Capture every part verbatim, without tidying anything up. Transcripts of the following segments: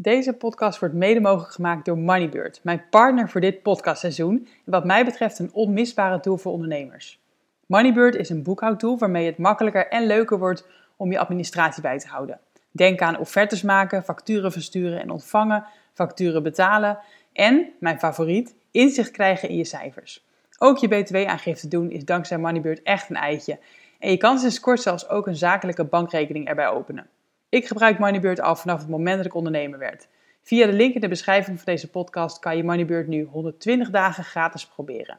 Deze podcast wordt mede mogelijk gemaakt door Moneybird, mijn partner voor dit podcastseizoen en wat mij betreft een onmisbare tool voor ondernemers. Moneybird is een boekhoudtool waarmee het makkelijker en leuker wordt om je administratie bij te houden. Denk aan offertes maken, facturen versturen en ontvangen, facturen betalen en, mijn favoriet, inzicht krijgen in je cijfers. Ook je B T W-aangifte doen is dankzij Moneybird echt een eitje. En je kan sinds kort zelfs ook een zakelijke bankrekening erbij openen. Ik gebruik Moneybird al vanaf het moment dat ik ondernemer werd. Via de link in de beschrijving van deze podcast kan je Moneybird nu honderdtwintig dagen gratis proberen.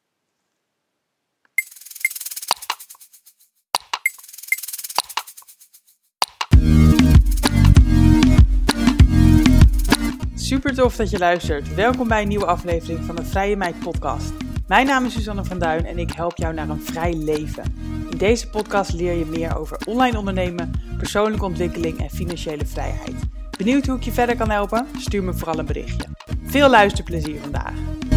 Super tof dat je luistert. Welkom bij een nieuwe aflevering van de Vrije Meid podcast. Mijn naam is Suzanne van Duin en ik help jou naar een vrij leven. In deze podcast leer je meer over online ondernemen, persoonlijke ontwikkeling en financiële vrijheid. Benieuwd hoe ik je verder kan helpen? Stuur me vooral een berichtje. Veel luisterplezier vandaag.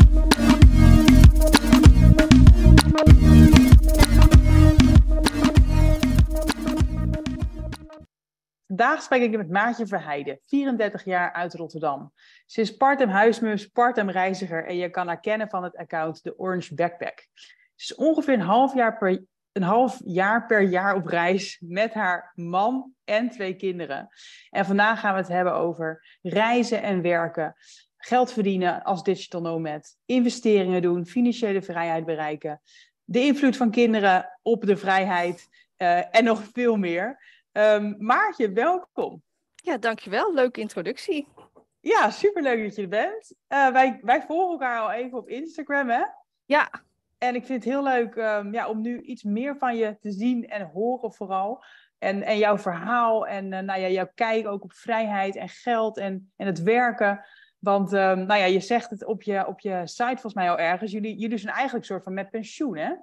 Vandaag spreek ik met Maartje Verheijden, vierendertig jaar uit Rotterdam. Ze is part-time huismus, part-time reiziger en je kan haar kennen van het account The Orange Backpack. Ze is ongeveer een half jaar per, een half jaar per jaar op reis met haar man en twee kinderen. En vandaag gaan we het hebben over reizen en werken, geld verdienen als digital nomad, investeringen doen, financiële vrijheid bereiken, de invloed van kinderen op de vrijheid uh, en nog veel meer. Um, Maartje, welkom. Ja, dankjewel. Leuke introductie. Ja, superleuk dat je er bent. Uh, wij, wij volgen elkaar al even op Instagram, hè? Ja. En ik vind het heel leuk um, ja, om nu iets meer van je te zien en horen vooral. En, en jouw verhaal en uh, nou ja, jouw kijk ook op vrijheid en geld en, en het werken. Want um, nou ja, je zegt het op je, op je site volgens mij al ergens. Jullie, jullie zijn eigenlijk een soort van met pensioen, hè?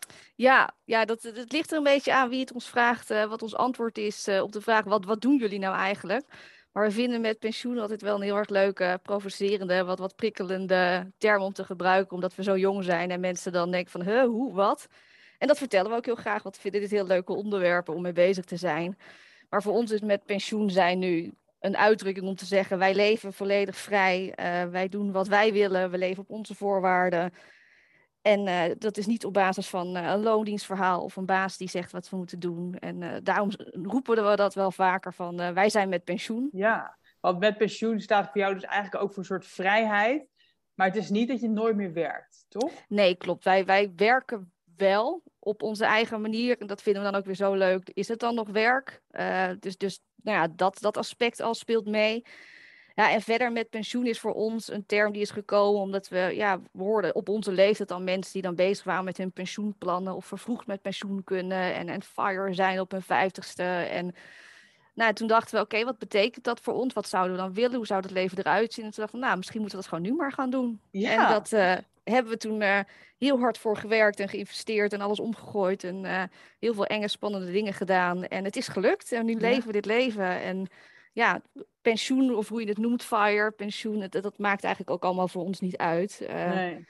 Ja, ja dat, dat ligt er een beetje aan wie het ons vraagt, uh, wat ons antwoord is uh, op de vraag, wat, wat doen jullie nou eigenlijk? Maar we vinden met pensioen altijd wel een heel erg leuke, provocerende, wat, wat prikkelende term om te gebruiken, omdat we zo jong zijn en mensen dan denken van, huh, hoe, wat? En dat vertellen we ook heel graag, want we vinden dit heel leuke onderwerpen om mee bezig te zijn. Maar voor ons is met pensioen zijn nu een uitdrukking om te zeggen, wij leven volledig vrij, uh, wij doen wat wij willen, we leven op onze voorwaarden. En uh, dat is niet op basis van uh, een loondienstverhaal of een baas die zegt wat we moeten doen. En uh, daarom roepen we dat wel vaker van uh, wij zijn met pensioen. Ja, want met pensioen staat voor jou dus eigenlijk ook voor een soort vrijheid. Maar het is niet dat je nooit meer werkt, toch? Nee, klopt. Wij, wij werken wel op onze eigen manier. En dat vinden we dan ook weer zo leuk. Is het dan nog werk? Uh, dus dus nou ja, dat, dat aspect al speelt mee. Ja, en verder met pensioen is voor ons een term die is gekomen omdat we, ja, we hoorden op onze leeftijd al mensen die dan bezig waren met hun pensioenplannen of vervroegd met pensioen kunnen en, en fire zijn op hun vijftigste. En nou, toen dachten we, oké, okay, wat betekent dat voor ons? Wat zouden we dan willen? Hoe zou het leven eruit zien? En toen dachten we, nou, misschien moeten we dat gewoon nu maar gaan doen. Ja. En dat uh, hebben we toen uh, heel hard voor gewerkt en geïnvesteerd en alles omgegooid en uh, heel veel enge, spannende dingen gedaan. En het is gelukt en nu ja. leven we dit leven. En ja, pensioen of hoe je het noemt, fire, pensioen, dat, dat maakt eigenlijk ook allemaal voor ons niet uit. Uh, nee.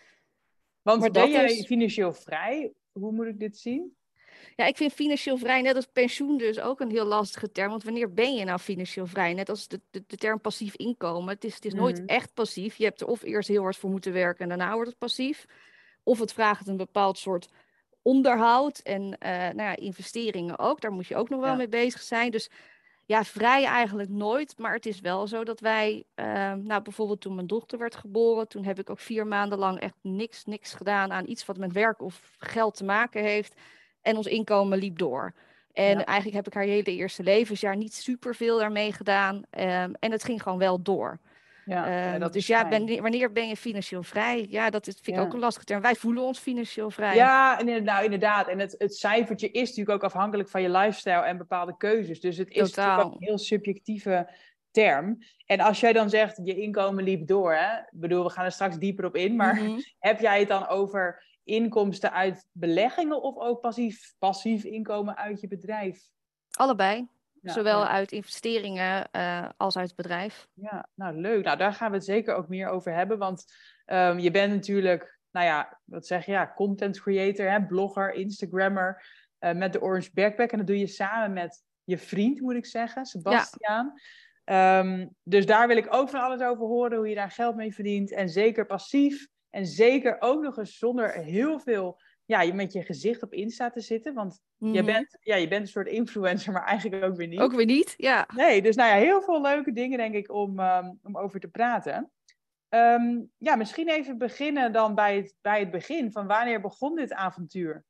Want ben jij is... financieel vrij? Hoe moet ik dit zien? Ja, ik vind financieel vrij, net als pensioen dus, ook een heel lastige term. Want wanneer ben je nou financieel vrij? Net als de, de, de term passief inkomen. Het is, het is mm-hmm. nooit echt passief. Je hebt er of eerst heel hard voor moeten werken en daarna wordt het passief. Of het vraagt een bepaald soort onderhoud en uh, nou ja, investeringen ook. Daar moet je ook nog wel ja. mee bezig zijn. Dus ja, vrij eigenlijk nooit. Maar het is wel zo dat wij, uh, nou bijvoorbeeld toen mijn dochter werd geboren, toen heb ik ook vier maanden lang echt niks, niks gedaan aan iets wat met werk of geld te maken heeft. En ons inkomen liep door. En ja. eigenlijk heb ik haar hele eerste levensjaar niet superveel daarmee gedaan. Um, en het ging gewoon wel door. Ja, um, ja, dat dus ja, ben, wanneer ben je financieel vrij? Ja, dat is, vind ik ja. ook een lastige term. Wij voelen ons financieel vrij. Ja, en, nou inderdaad. En het, het cijfertje is natuurlijk ook afhankelijk van je lifestyle en bepaalde keuzes. Dus het is Totaal. natuurlijk ook een heel subjectieve term. En als jij dan zegt, je inkomen liep door. Hè? Ik bedoel, we gaan er straks dieper op in. Maar mm-hmm. heb jij het dan over inkomsten uit beleggingen of ook passief, passief inkomen uit je bedrijf? Allebei. Ja, Zowel ja. uit investeringen uh, als uit het bedrijf. Ja, nou leuk. Nou, daar gaan we het zeker ook meer over hebben. Want um, je bent natuurlijk, nou ja, wat zeg je, ja, content creator, hè, blogger, Instagrammer uh, met de Orange Backpack. En dat doe je samen met je vriend, moet ik zeggen, Sebastiaan. Um, dus daar wil ik ook van alles over horen, hoe je daar geld mee verdient. En zeker passief. En zeker ook nog eens zonder heel veel, ja, je met je gezicht op Insta te zitten. Want mm-hmm. je, bent, ja, je bent een soort influencer, maar eigenlijk ook weer niet. Ook weer niet, ja. Nee, dus nou ja, heel veel leuke dingen denk ik om, um, om over te praten. Um, ja, misschien even beginnen dan bij het, bij het begin. Van wanneer begon dit avontuur?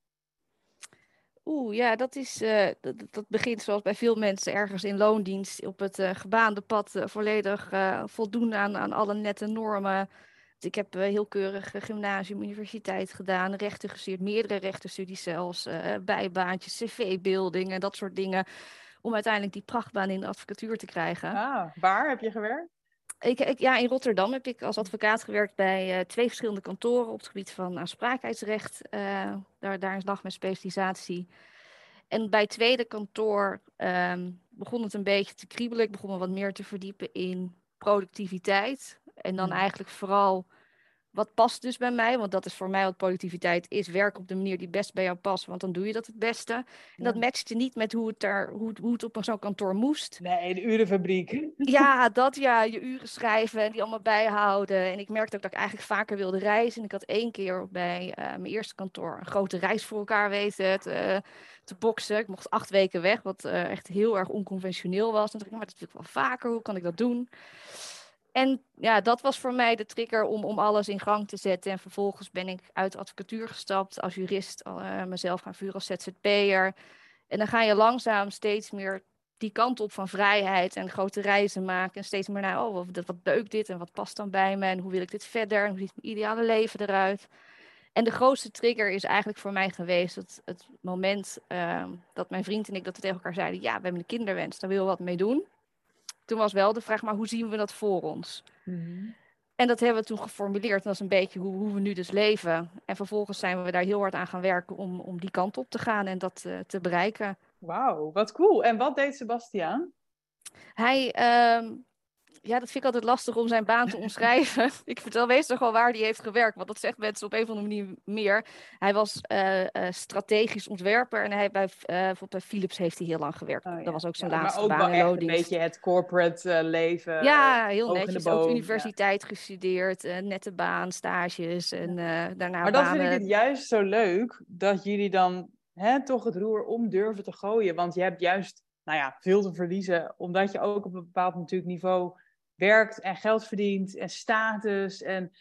Oeh, ja, dat, is, uh, dat, dat begint zoals bij veel mensen ergens in loondienst op het uh, gebaande pad uh, volledig uh, voldoen aan, aan alle nette normen. Ik heb uh, heel keurig uh, gymnasium, universiteit gedaan, rechten gestudeerd, meerdere rechtenstudies zelfs, uh, bijbaantjes, cv-beelding en dat soort dingen. Om uiteindelijk die prachtbaan in de advocatuur te krijgen. Ah, waar heb je gewerkt? Ik, ik, ja, in Rotterdam heb ik als advocaat gewerkt bij uh, twee verschillende kantoren op het gebied van aansprakelijkheidsrecht. Uh, daar, daar lag mijn specialisatie. En bij het tweede kantoor um, begon het een beetje te kriebelen. Ik begon me wat meer te verdiepen in productiviteit. En dan hmm. eigenlijk vooral, wat past dus bij mij? Want dat is voor mij wat productiviteit is. Werk op de manier die best bij jou past, want dan doe je dat het beste. En ja. dat matchte niet met hoe het, daar, hoe, hoe het op zo'n kantoor moest. Nee, de urenfabriek. Ja, dat ja, je uren schrijven en die allemaal bijhouden. En ik merkte ook dat ik eigenlijk vaker wilde reizen. En ik had één keer bij uh, mijn eerste kantoor een grote reis voor elkaar weten te, te boksen. Ik mocht acht weken weg, wat uh, echt heel erg onconventioneel was. En toen dacht ik, maar dat wil ik wel vaker, hoe kan ik dat doen? En ja, dat was voor mij de trigger om, om alles in gang te zetten. En vervolgens ben ik uit de advocatuur gestapt als jurist, uh, mezelf gaan vuren als Z Z P'er. En dan ga je langzaam steeds meer die kant op van vrijheid en grote reizen maken. En steeds meer naar, oh, wat, wat leuk dit en wat past dan bij me en hoe wil ik dit verder en hoe ziet mijn ideale leven eruit. En de grootste trigger is eigenlijk voor mij geweest het, het moment uh, dat mijn vriend en ik dat we tegen elkaar zeiden, ja, we hebben een kinderwens, daar willen we wat mee doen. Toen was wel de vraag, maar hoe zien we dat voor ons? Mm-hmm. En dat hebben we toen geformuleerd. En dat is een beetje hoe, hoe we nu dus leven. En vervolgens zijn we daar heel hard aan gaan werken om, om die kant op te gaan en dat uh, te bereiken. Wauw, wat cool. En wat deed Sebastiaan? Hij, um, ja, dat vind ik altijd lastig om zijn baan te omschrijven. Ik vertel meestal gewoon waar hij heeft gewerkt, want dat zegt mensen op een of andere manier meer. Hij was uh, uh, strategisch ontwerper en hij bij, uh, bijvoorbeeld bij Philips heeft hij heel lang gewerkt. Oh, ja. Dat was ook zijn ja, laatste baan. Maar ook baan wel echt een beetje het corporate uh, leven. Ja, heel netjes. Ook universiteit ja. gestudeerd, uh, nette baan, stages en uh, daarna Maar banen. dat vind ik het juist zo leuk, dat jullie dan hè, toch het roer om durven te gooien. Want je hebt juist nou ja, veel te verliezen, omdat je ook op een bepaald natuurlijk niveau werkt en geld verdient en status. En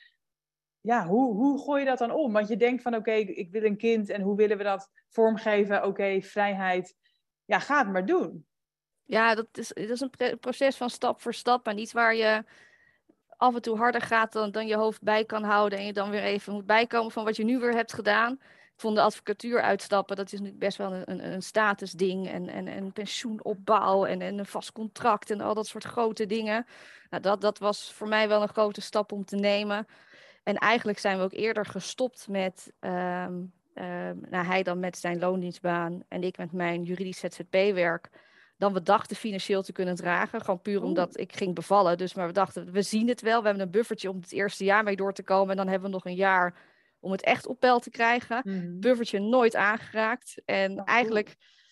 ja, hoe, hoe gooi je dat dan om? Want je denkt van oké, okay, ik wil een kind en hoe willen we dat vormgeven? Oké, okay, vrijheid. Ja, ga het maar doen. Ja, dat is, dat is een proces van stap voor stap en iets waar je af en toe harder gaat dan, dan je hoofd bij kan houden en je dan weer even moet bijkomen van wat je nu weer hebt gedaan. Ik vond de advocatuur uitstappen, dat is natuurlijk best wel een, een, een statusding en, en, en pensioenopbouw en, en een vast contract en al dat soort grote dingen. Nou, dat, dat was voor mij wel een grote stap om te nemen. En eigenlijk zijn we ook eerder gestopt met, um, um, nou, hij dan met zijn loondienstbaan en ik met mijn juridisch Z Z P-werk, dan we dachten financieel te kunnen dragen. Gewoon puur omdat ik ging bevallen. Dus maar we dachten, we zien het wel. We hebben een buffertje om het eerste jaar mee door te komen. En dan hebben we nog een jaar om het echt op peil te krijgen. Mm-hmm. Buffertje nooit aangeraakt. En ja, eigenlijk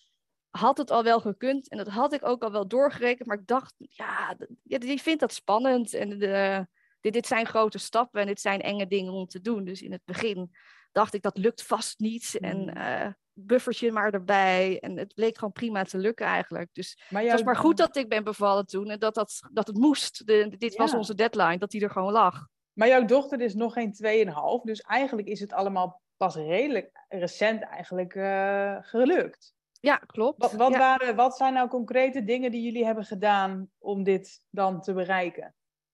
had het al wel gekund. En dat had ik ook al wel doorgerekend. Maar ik dacht, ja, je vindt dat spannend. En de, dit, dit zijn grote stappen. En dit zijn enge dingen om te doen. Dus in het begin dacht ik, dat lukt vast niet. Mm-hmm. En uh, buffertje maar erbij. En het bleek gewoon prima te lukken eigenlijk. Dus maar jou... het was maar goed dat ik ben bevallen toen. En dat, dat, dat het moest. De, dit ja. was onze deadline. Dat die er gewoon lag. Maar jouw dochter is nog geen tweeënhalf. Dus eigenlijk is het allemaal pas redelijk recent eigenlijk uh, gelukt. Ja, klopt. Wat, wat, ja. Waren, wat zijn nou concrete dingen die jullie hebben gedaan om dit dan te bereiken?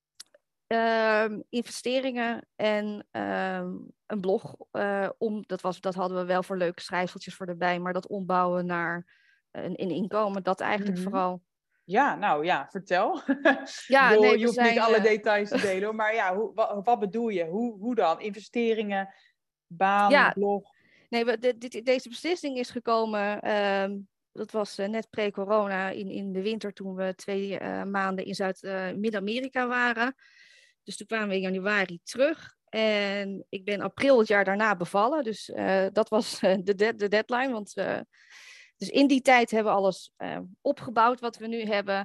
Um, investeringen en um, een blog. Uh, om, dat, was, dat hadden we wel voor leuke schrijfeltjes voor erbij. Maar dat ombouwen naar een, een inkomen, dat eigenlijk mm-hmm. vooral. Ja, nou ja, vertel. Ja, bedoel, nee, je hoeft zijn, niet alle uh... details te delen. Maar ja, hoe, wat, wat bedoel je? Hoe, hoe dan? Investeringen, baan, ja. blog? Nee, we, de, de, deze beslissing is gekomen. Um, dat was uh, net pre-corona in, in de winter toen we twee uh, maanden in Zuid-Midden-Amerika uh, waren. Dus toen kwamen we in januari terug. En ik ben april het jaar daarna bevallen. Dus uh, dat was uh, de, de, de deadline. Want, uh, dus in die tijd hebben we alles uh, opgebouwd wat we nu hebben.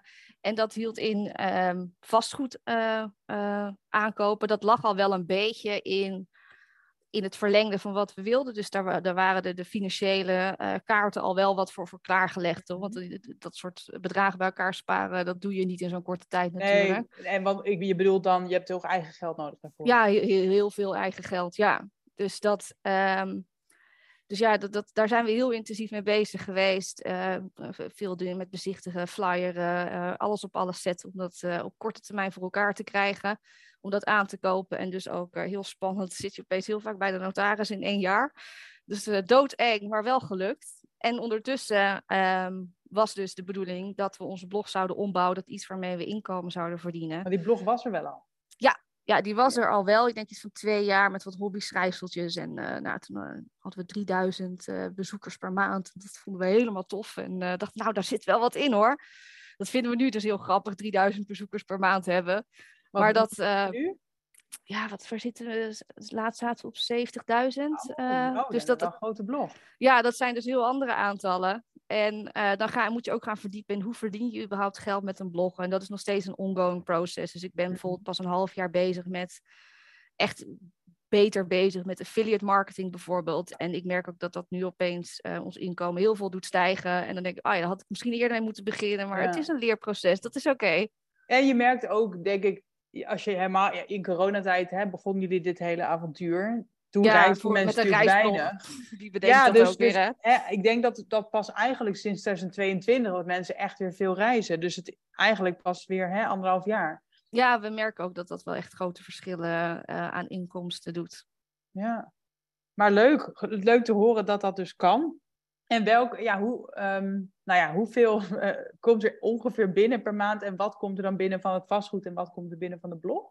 En dat hield in um, vastgoed uh, uh, aankopen. Dat lag al wel een beetje in, in het verlengde van wat we wilden. Dus daar, daar waren de, de financiële uh, kaarten al wel wat voor, voor klaargelegd. Hoor. Want dat soort bedragen bij elkaar sparen, dat doe je niet in zo'n korte tijd natuurlijk. Nee, en wat, je bedoelt dan, je hebt toch eigen geld nodig daarvoor? Ja, heel, heel veel eigen geld, ja. Dus dat... Um, Dus ja, dat, dat, daar zijn we heel intensief mee bezig geweest. Uh, veel doen met bezichtigen, flyeren, uh, alles op alles zetten. Om dat uh, op korte termijn voor elkaar te krijgen. Om dat aan te kopen. En dus ook uh, heel spannend. Zit je opeens heel vaak bij de notaris in één jaar. Dus uh, doodeng, maar wel gelukt. En ondertussen um, was dus de bedoeling dat we onze blog zouden ombouwen. Dat iets waarmee we inkomen zouden verdienen. Maar die blog was er wel al? Ja. Ja, die was er al wel. Ik denk iets van twee jaar met wat hobby-schrijfseltjes. En uh, nou, toen uh, hadden we drieduizend uh, bezoekers per maand. Dat vonden we helemaal tof. En uh, dacht, nou, daar zit wel wat in hoor. Dat vinden we nu dus heel grappig, drieduizend bezoekers per maand hebben. Wat maar dat... Uh, nu? Ja, wat waar zitten we? Laatst zaten we op zeventigduizend. Oh, uh, oh, dus dat dat is een grote blog. Ja, dat zijn dus heel andere aantallen. En uh, dan ga, moet je ook gaan verdiepen in hoe verdien je überhaupt geld met een blog. En dat is nog steeds een ongoing process. Dus ik ben bijvoorbeeld pas een half jaar bezig met echt beter bezig met affiliate marketing bijvoorbeeld. En ik merk ook dat dat nu opeens uh, ons inkomen heel veel doet stijgen. En dan denk ik, ah ja, daar had ik misschien eerder mee moeten beginnen. Maar ja. Het is een leerproces, dat is oké. Okay. En je merkt ook, denk ik, als je helemaal ja, in coronatijd hè, begonnen jullie dit hele avontuur. Toen ja, reisden mensen natuurlijk weinig. Die bedenkt ja, dat dus, ook weer, dus, hè? hè, ik denk dat dat pas eigenlijk sinds twintig tweeëntwintig dat mensen echt weer veel reizen. Dus het eigenlijk pas weer hè, anderhalf jaar. Ja, we merken ook dat dat wel echt grote verschillen uh, aan inkomsten doet. Ja, maar leuk. Leuk te horen dat dat dus kan. En welk, ja, hoe, um, nou ja, hoeveel uh, komt er ongeveer binnen per maand en wat komt er dan binnen van het vastgoed en wat komt er binnen van de blog?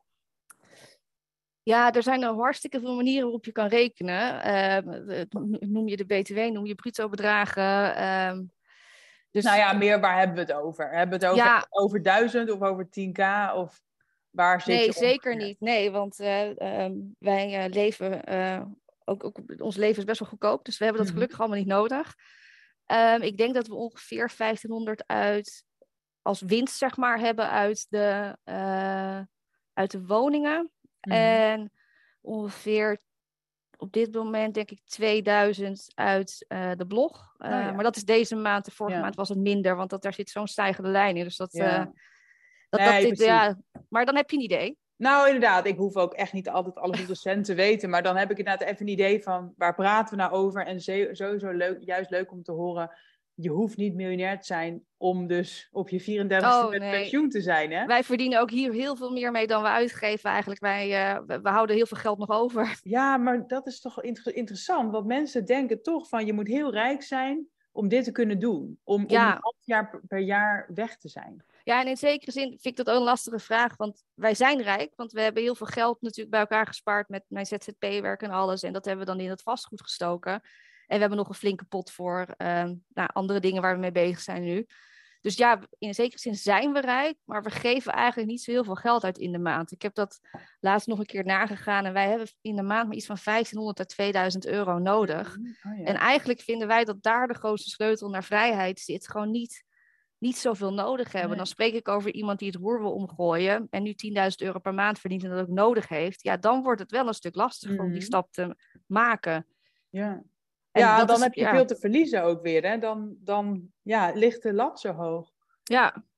Ja, er zijn er hartstikke veel manieren waarop je kan rekenen. Uh, noem je de B T W, noem je bruto bedragen. Uh, dus... Nou ja, meer waar hebben we het over? Hebben we het over, ja, over duizend of over tien k of waar zit nee, je ongeveer? Zeker niet. Nee, want uh, um, wij uh, leven, uh, ook, ook ons leven is best wel goedkoop. Dus we hebben dat gelukkig allemaal niet nodig. Um, ik denk dat we ongeveer vijftienhonderd uit als winst, zeg maar, hebben uit de, uh, uit de woningen. Mm-hmm. En ongeveer op dit moment denk ik tweeduizend uit uh, de blog. Uh, oh, ja. Maar dat is deze maand. De vorige ja. maand was het minder, want dat, daar zit zo'n stijgende lijn in. Dus dat, ja. uh, dat, nee, dat dit, ja. Maar dan heb je een idee. Nou, inderdaad. Ik hoef ook echt niet altijd alles op de cent te weten. Maar dan heb ik inderdaad even een idee van waar praten we nou over. En sowieso leuk, juist leuk om te horen. Je hoeft niet miljonair te zijn om dus op je vierendertigste oh, met nee. pensioen te zijn, hè? Wij verdienen ook hier heel veel meer mee dan we uitgeven eigenlijk. Wij, uh, we, we houden heel veel geld nog over. Ja, maar dat is toch inter- interessant. Want mensen denken toch van je moet heel rijk zijn om dit te kunnen doen. Om, ja. om een half jaar per, per jaar weg te zijn. Ja, en in zekere zin vind ik dat ook een lastige vraag. Want wij zijn rijk, want we hebben heel veel geld natuurlijk bij elkaar gespaard met mijn Z Z P-werk en alles. En dat hebben we dan in het vastgoed gestoken. En we hebben nog een flinke pot voor uh, nou, andere dingen waar we mee bezig zijn nu. Dus ja, in zekere zin zijn we rijk, maar we geven eigenlijk niet zo heel veel geld uit in de maand. Ik heb dat laatst nog een keer nagegaan en wij hebben in de maand maar iets van vijftienhonderd tot tweeduizend euro nodig. Oh ja. En eigenlijk vinden wij dat daar de grootste sleutel naar vrijheid zit. Gewoon niet, niet zoveel nodig hebben. Nee. Dan spreek ik over iemand die het roer wil omgooien en nu tienduizend euro per maand verdient en dat ook nodig heeft. Ja, dan wordt het wel een stuk lastiger mm-hmm. om die stap te maken. Ja. En ja, dan is, heb je ja. veel te verliezen ook weer. Hè? Dan, dan ja, ligt de lat zo hoog. Ja. Oké,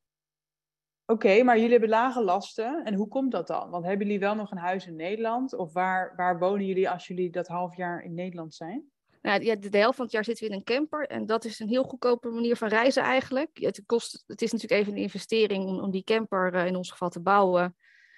okay, maar jullie hebben lage lasten. En hoe komt dat dan? Want hebben jullie wel nog een huis in Nederland? Of waar, waar wonen jullie als jullie dat half jaar in Nederland zijn? Nou, ja, de, de helft van het jaar zitten we in een camper. En dat is een heel goedkope manier van reizen eigenlijk. Het, kost, het is natuurlijk even een investering om, om die camper uh, in ons geval te bouwen.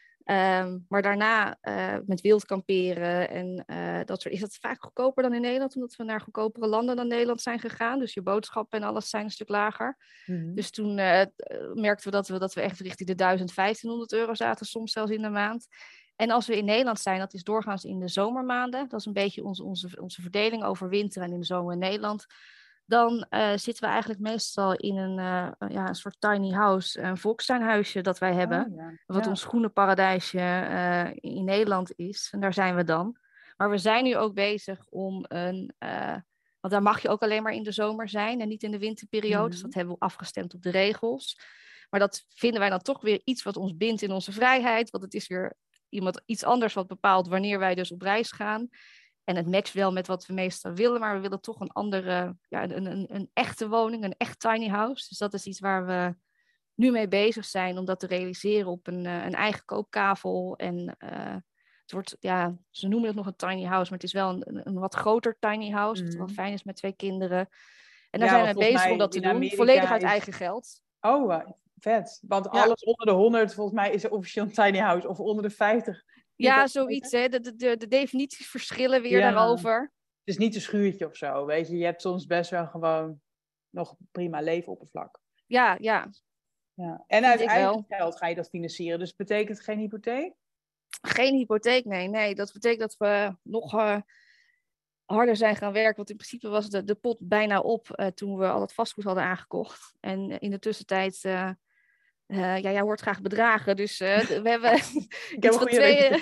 Um, maar daarna uh, met wild kamperen en uh, dat soort, is dat vaak goedkoper dan in Nederland, omdat we naar goedkopere landen dan Nederland zijn gegaan. Dus je boodschappen en alles zijn een stuk lager. Mm-hmm. Dus toen uh, merkten we dat, we dat we echt richting de duizend vijftienhonderd euro zaten, soms zelfs in de maand. En als we in Nederland zijn, dat is doorgaans in de zomermaanden. Dat is een beetje onze, onze, onze verdeling over winter en in de zomer in Nederland. Dan uh, zitten we eigenlijk meestal in een, uh, ja, een soort tiny house, een volkstuinhuisje dat wij hebben. Oh, ja. Wat ja. ons groene paradijsje uh, in Nederland is. En daar zijn we dan. Maar we zijn nu ook bezig om een... Uh, want daar mag je ook alleen maar in de zomer zijn en niet in de winterperiode. Mm-hmm. Dus dat hebben we afgestemd op de regels. Maar dat vinden wij dan toch weer iets wat ons bindt in onze vrijheid. Want het is weer iemand, iets anders wat bepaalt wanneer wij dus op reis gaan. En het matcht wel met wat we meestal willen, maar we willen toch een andere, ja, een, een, een echte woning, een echt tiny house. Dus dat is iets waar we nu mee bezig zijn om dat te realiseren op een, uh, een eigen koopkavel. En uh, het wordt, ja, ze noemen het nog een tiny house, maar het is wel een, een wat groter tiny house, mm. wat wel fijn is met twee kinderen. En daar ja, zijn we bezig om dat te doen, Amerika volledig uit is... eigen geld. Oh, uh, vet. Want ja. alles onder de honderd, volgens mij, is er officieel een tiny house. Of onder de vijftig. Ja, zoiets. Hè. De, de, de definities verschillen weer ja. daarover. Het is niet een schuurtje of zo, weet je. Je hebt soms best wel gewoon nog prima leefoppervlak. Ja, ja. ja. En uit eigen geld ga je dat financieren. Dus betekent geen hypotheek? Geen hypotheek, nee. nee. Dat betekent dat we nog uh, harder zijn gaan werken. Want in principe was de, de pot bijna op uh, toen we al het vastgoed hadden aangekocht. En uh, in de tussentijd... Uh, Uh, ja, jij hoort graag bedragen, dus uh, we hebben ik heb iets van twee...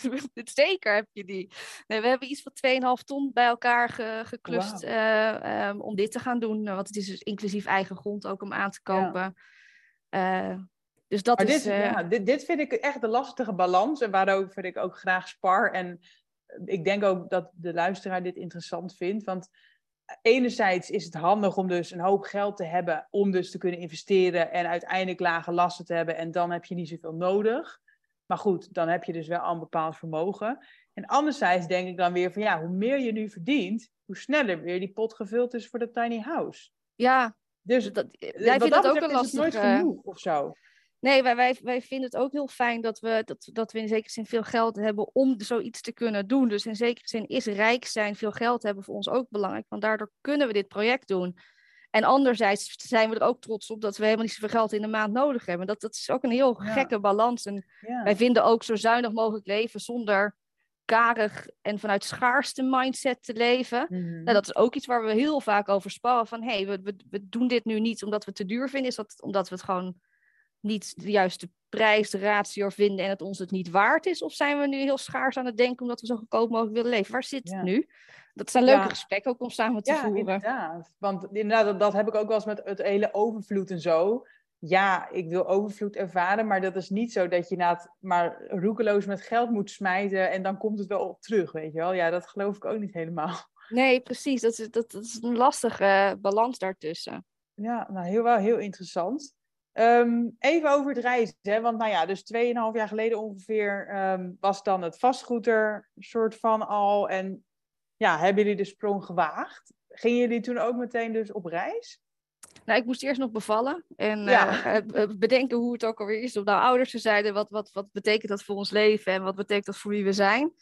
Zeker heb je die. Nee, we hebben iets van twee komma vijf ton bij elkaar ge, geklust wow. uh, um, om dit te gaan doen. Want het is dus inclusief eigen grond ook om aan te kopen. Ja. Uh, dus dat maar is... Dit, uh... ja, dit, dit vind ik echt de lastige balans. En waarover ik ook graag spar. En ik denk ook dat de luisteraar dit interessant vindt. Want enerzijds is het handig om dus een hoop geld te hebben om dus te kunnen investeren en uiteindelijk lage lasten te hebben en dan heb je niet zoveel nodig. Maar goed, dan heb je dus wel een bepaald vermogen. En anderzijds denk ik dan weer van ja, hoe meer je nu verdient, hoe sneller weer die pot gevuld is voor de tiny house. Ja, dus dat, jij vindt dat ook een lastig... is het nooit genoeg of zo. Nee, wij, wij, wij vinden het ook heel fijn dat we, dat, dat we in zekere zin veel geld hebben om zoiets te kunnen doen. Dus in zekere zin is rijk zijn, veel geld hebben voor ons ook belangrijk. Want daardoor kunnen we dit project doen. En anderzijds zijn we er ook trots op dat we helemaal niet zoveel geld in de maand nodig hebben. Dat, dat is ook een heel ja. gekke balans. En ja. wij vinden ook zo zuinig mogelijk leven zonder karig en vanuit schaarste mindset te leven. Mm-hmm. Nou, dat is ook iets waar we heel vaak over sparren. Van hé, hey, we, we, we doen dit nu niet omdat we het te duur vinden. Is dat omdat we het gewoon... niet de juiste prijs, de ratio vinden en het ons het niet waard is? Of zijn we nu heel schaars aan het denken omdat we zo goedkoop mogelijk willen leven? Waar zit ja. het nu? Dat zijn leuke ja. gesprekken ook om samen te ja, voeren. Ja, inderdaad. Want inderdaad, dat, dat heb ik ook wel eens met het hele overvloed en zo. Ja, ik wil overvloed ervaren, maar dat is niet zo dat je na maar roekeloos met geld moet smijten en dan komt het wel op terug, weet je wel? Ja, dat geloof ik ook niet helemaal. Nee, precies. Dat is, dat, dat is een lastige uh, balans daartussen. Ja, nou heel, wel heel interessant. Um, even over het reizen, hè? Want nou ja, dus tweeënhalf jaar geleden ongeveer um, was dan het vastgoed er soort van al. En ja, hebben jullie de sprong gewaagd? Gingen jullie toen ook meteen dus op reis? Nou, ik moest eerst nog bevallen en ja. uh, bedenken hoe het ook alweer is. Om nou ouders te zeiden, wat, wat, wat betekent dat voor ons leven en wat betekent dat voor wie we zijn?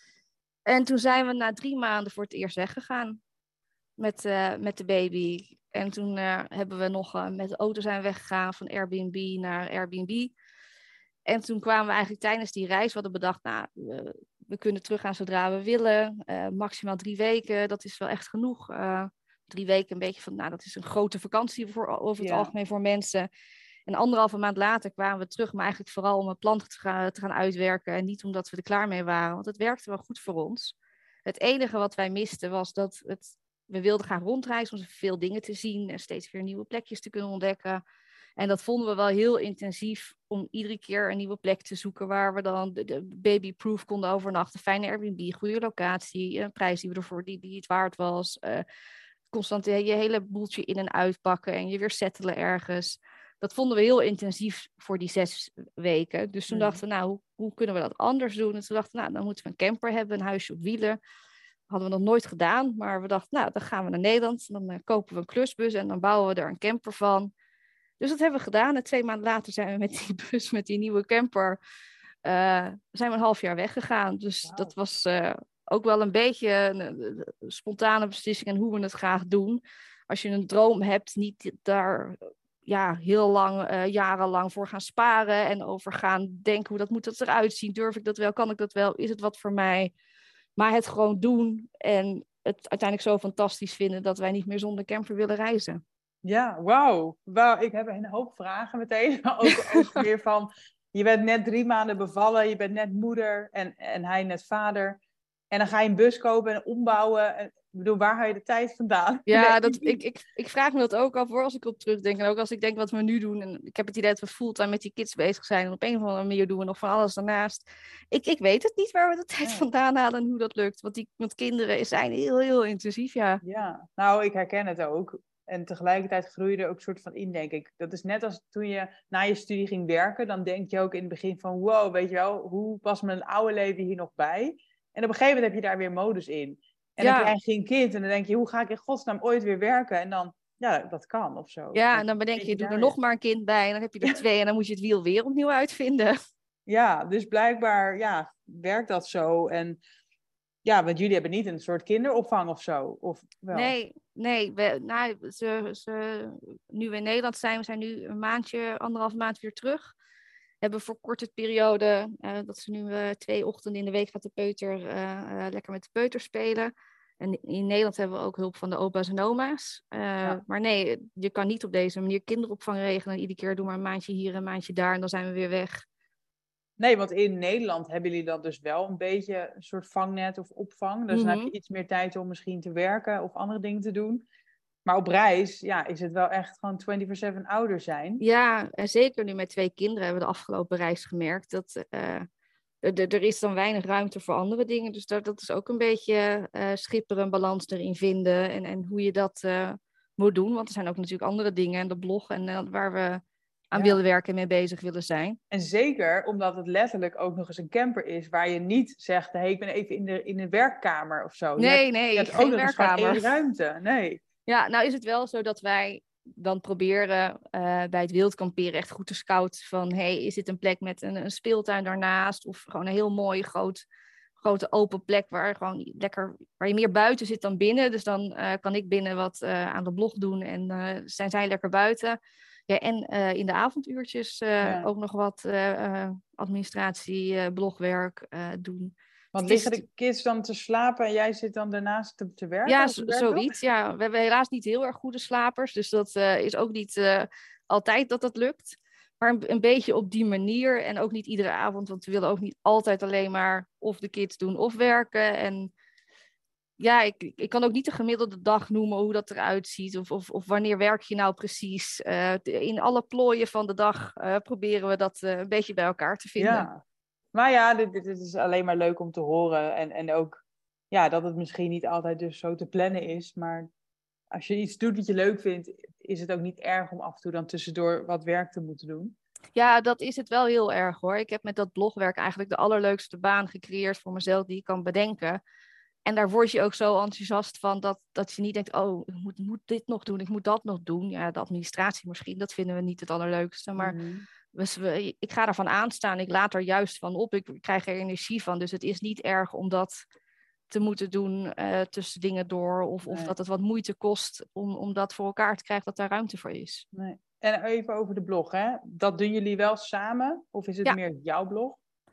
En toen zijn we na drie maanden voor het eerst weggegaan met, uh, met de baby. En toen uh, hebben we nog uh, met de auto zijn weggegaan van Airbnb naar Airbnb. En toen kwamen we eigenlijk tijdens die reis, we hadden bedacht, nou, we, we kunnen teruggaan zodra we willen. Uh, maximaal drie weken, dat is wel echt genoeg. Uh, drie weken een beetje van, nou, dat is een grote vakantie voor, over het ja. algemeen voor mensen. En anderhalve maand later kwamen we terug, maar eigenlijk vooral om een plan te gaan, te gaan uitwerken. En niet omdat we er klaar mee waren, want het werkte wel goed voor ons. Het enige wat wij misten was dat het... We wilden gaan rondreizen om veel dingen te zien en steeds weer nieuwe plekjes te kunnen ontdekken. En dat vonden we wel heel intensief om iedere keer een nieuwe plek te zoeken waar we dan de, de baby-proof konden overnachten. Fijne Airbnb, goede locatie, een prijs die we ervoor die, die het waard was. Uh, constant je hele boeltje in en uitpakken en je weer settelen ergens. Dat vonden we heel intensief voor die zes weken. Dus toen mm. dachten we, nou, hoe, hoe kunnen we dat anders doen? En toen dachten we, nou, dan moeten we een camper hebben, een huisje op wielen. Hadden we nog nooit gedaan, maar we dachten, nou, dan gaan we naar Nederland. Dan uh, kopen we een klusbus en dan bouwen we er een camper van. Dus dat hebben we gedaan. En twee maanden later zijn we met die bus, met die nieuwe camper, uh, zijn we een half jaar weggegaan. Dus wow. dat was uh, ook wel een beetje een, een, een spontane beslissing en hoe we het graag doen. Als je een droom hebt, niet daar ja, heel lang, uh, jarenlang voor gaan sparen en over gaan denken, hoe dat moet dat eruit zien. Durf ik dat wel? Kan ik dat wel? Is het wat voor mij? Maar het gewoon doen en het uiteindelijk zo fantastisch vinden dat wij niet meer zonder camper willen reizen. Ja, wauw. Wow, ik heb een hoop vragen meteen. Ook, ook weer van, je bent net drie maanden bevallen, je bent net moeder en, en hij net vader. En dan ga je een bus kopen en ombouwen. En Ik bedoel, waar haal je de tijd vandaan? Ja, Nee. dat, ik, ik, ik vraag me dat ook af hoor, als ik op terugdenk. En ook als ik denk wat we nu doen. En ik heb het idee dat we fulltime met die kids bezig zijn. En op een of andere manier doen we nog van alles daarnaast. Ik, ik weet het niet waar we de tijd Nee. vandaan halen en hoe dat lukt. Want die want kinderen zijn heel, heel intensief, ja. Ja, nou, ik herken het ook. En tegelijkertijd groei je er ook een soort van in, denk ik. Dat is net als toen je na je studie ging werken. Dan denk je ook in het begin van, wow, weet je wel, hoe past mijn oude leven hier nog bij? En op een gegeven moment heb je daar weer modus in. En dan Ja, krijg je een kind en dan denk je, hoe ga ik in godsnaam ooit weer werken? En dan, ja, dat kan of zo. ja, Dan en dan bedenk zit je, doe er daarin. nog maar een kind bij. En dan heb je er twee en dan moet je het wiel weer opnieuw uitvinden. Ja, dus blijkbaar, ja, werkt dat zo. En ja, want jullie hebben niet een soort kinderopvang of zo, of wel? Nee, nee. We, nou, ze, ze, nu we in Nederland zijn, we zijn nu een maandje, anderhalf maand weer terug. Hebben voor korte periode, uh, dat ze nu uh, twee ochtenden in de week gaat de peuter uh, uh, lekker met de peuter spelen. En in Nederland hebben we ook hulp van de opa's en oma's. Uh, Ja. Maar nee, je kan niet op deze manier kinderopvang regelen. En iedere keer doe maar een maandje hier, een maandje daar en dan zijn we weer weg. Nee, want in Nederland hebben jullie dan dus wel een beetje een soort vangnet of opvang. Dus dan heb je iets meer tijd om misschien te werken of andere dingen te doen. Maar op reis, ja, is het wel echt gewoon vierentwintig zeven ouder zijn. Ja, en zeker nu met twee kinderen hebben we de afgelopen reis gemerkt dat uh, er, er is dan weinig ruimte voor andere dingen. Dus dat, dat is ook een beetje uh, schipperen, een balans erin vinden en, en hoe je dat uh, moet doen. Want er zijn ook natuurlijk andere dingen en de blog en uh, waar we aan Ja. willen werken en mee bezig willen zijn. En zeker omdat het letterlijk ook nog eens een camper is waar je niet zegt, hey, ik ben even in de, in de werkkamer of zo. Nee, je hebt, nee, je hebt geen ook nog eens gewoon werkkamer. één ruimte. Nee. Ja, nou is het wel zo dat wij dan proberen uh, bij het wildkamperen echt goed te scouten van, hey, is dit een plek met een, een speeltuin daarnaast of gewoon een heel mooi groot, grote open plek waar, gewoon lekker, waar je meer buiten zit dan binnen. Dus dan uh, kan ik binnen wat uh, aan de blog doen en uh, zijn zij lekker buiten. Ja, en uh, in de avonduurtjes uh, ja. ook nog wat uh, administratie, uh, blogwerk uh, doen. Want Het is... liggen de kids dan te slapen en jij zit dan daarnaast te, te werken? Ja, te zoiets. Ja. We hebben helaas niet heel erg goede slapers. Dus dat uh, is ook niet uh, altijd dat dat lukt. Maar een, een beetje op die manier. En ook niet iedere avond. Want we willen ook niet altijd alleen maar of de kids doen of werken. En ja, ik, ik kan ook niet de gemiddelde dag noemen hoe dat eruit ziet. Of, of, of wanneer werk je nou precies. Uh, in alle plooien van de dag uh, proberen we dat uh, een beetje bij elkaar te vinden. Ja. Maar ja, dit, dit is alleen maar leuk om te horen. En, en ook ja, dat het misschien niet altijd dus zo te plannen is. Maar als je iets doet wat je leuk vindt, is het ook niet erg om af en toe dan tussendoor wat werk te moeten doen. Ja, dat is het wel heel erg hoor. Ik heb met dat blogwerk eigenlijk de allerleukste baan gecreëerd voor mezelf die ik kan bedenken. En daar word je ook zo enthousiast van dat, dat je niet denkt, oh, ik moet, moet dit nog doen, ik moet dat nog doen. Ja, de administratie misschien, dat vinden we niet het allerleukste. Maar mm-hmm. we, ik ga ervan aanstaan, ik laat er juist van op, ik krijg er energie van. Dus het is niet erg om dat te moeten doen uh, tussen dingen door. Of, of nee. dat het wat moeite kost om, om dat voor elkaar te krijgen, dat daar ruimte voor is. Nee. En even over de blog, hè? Dat doen jullie wel samen? Of is het ja. meer jouw blog?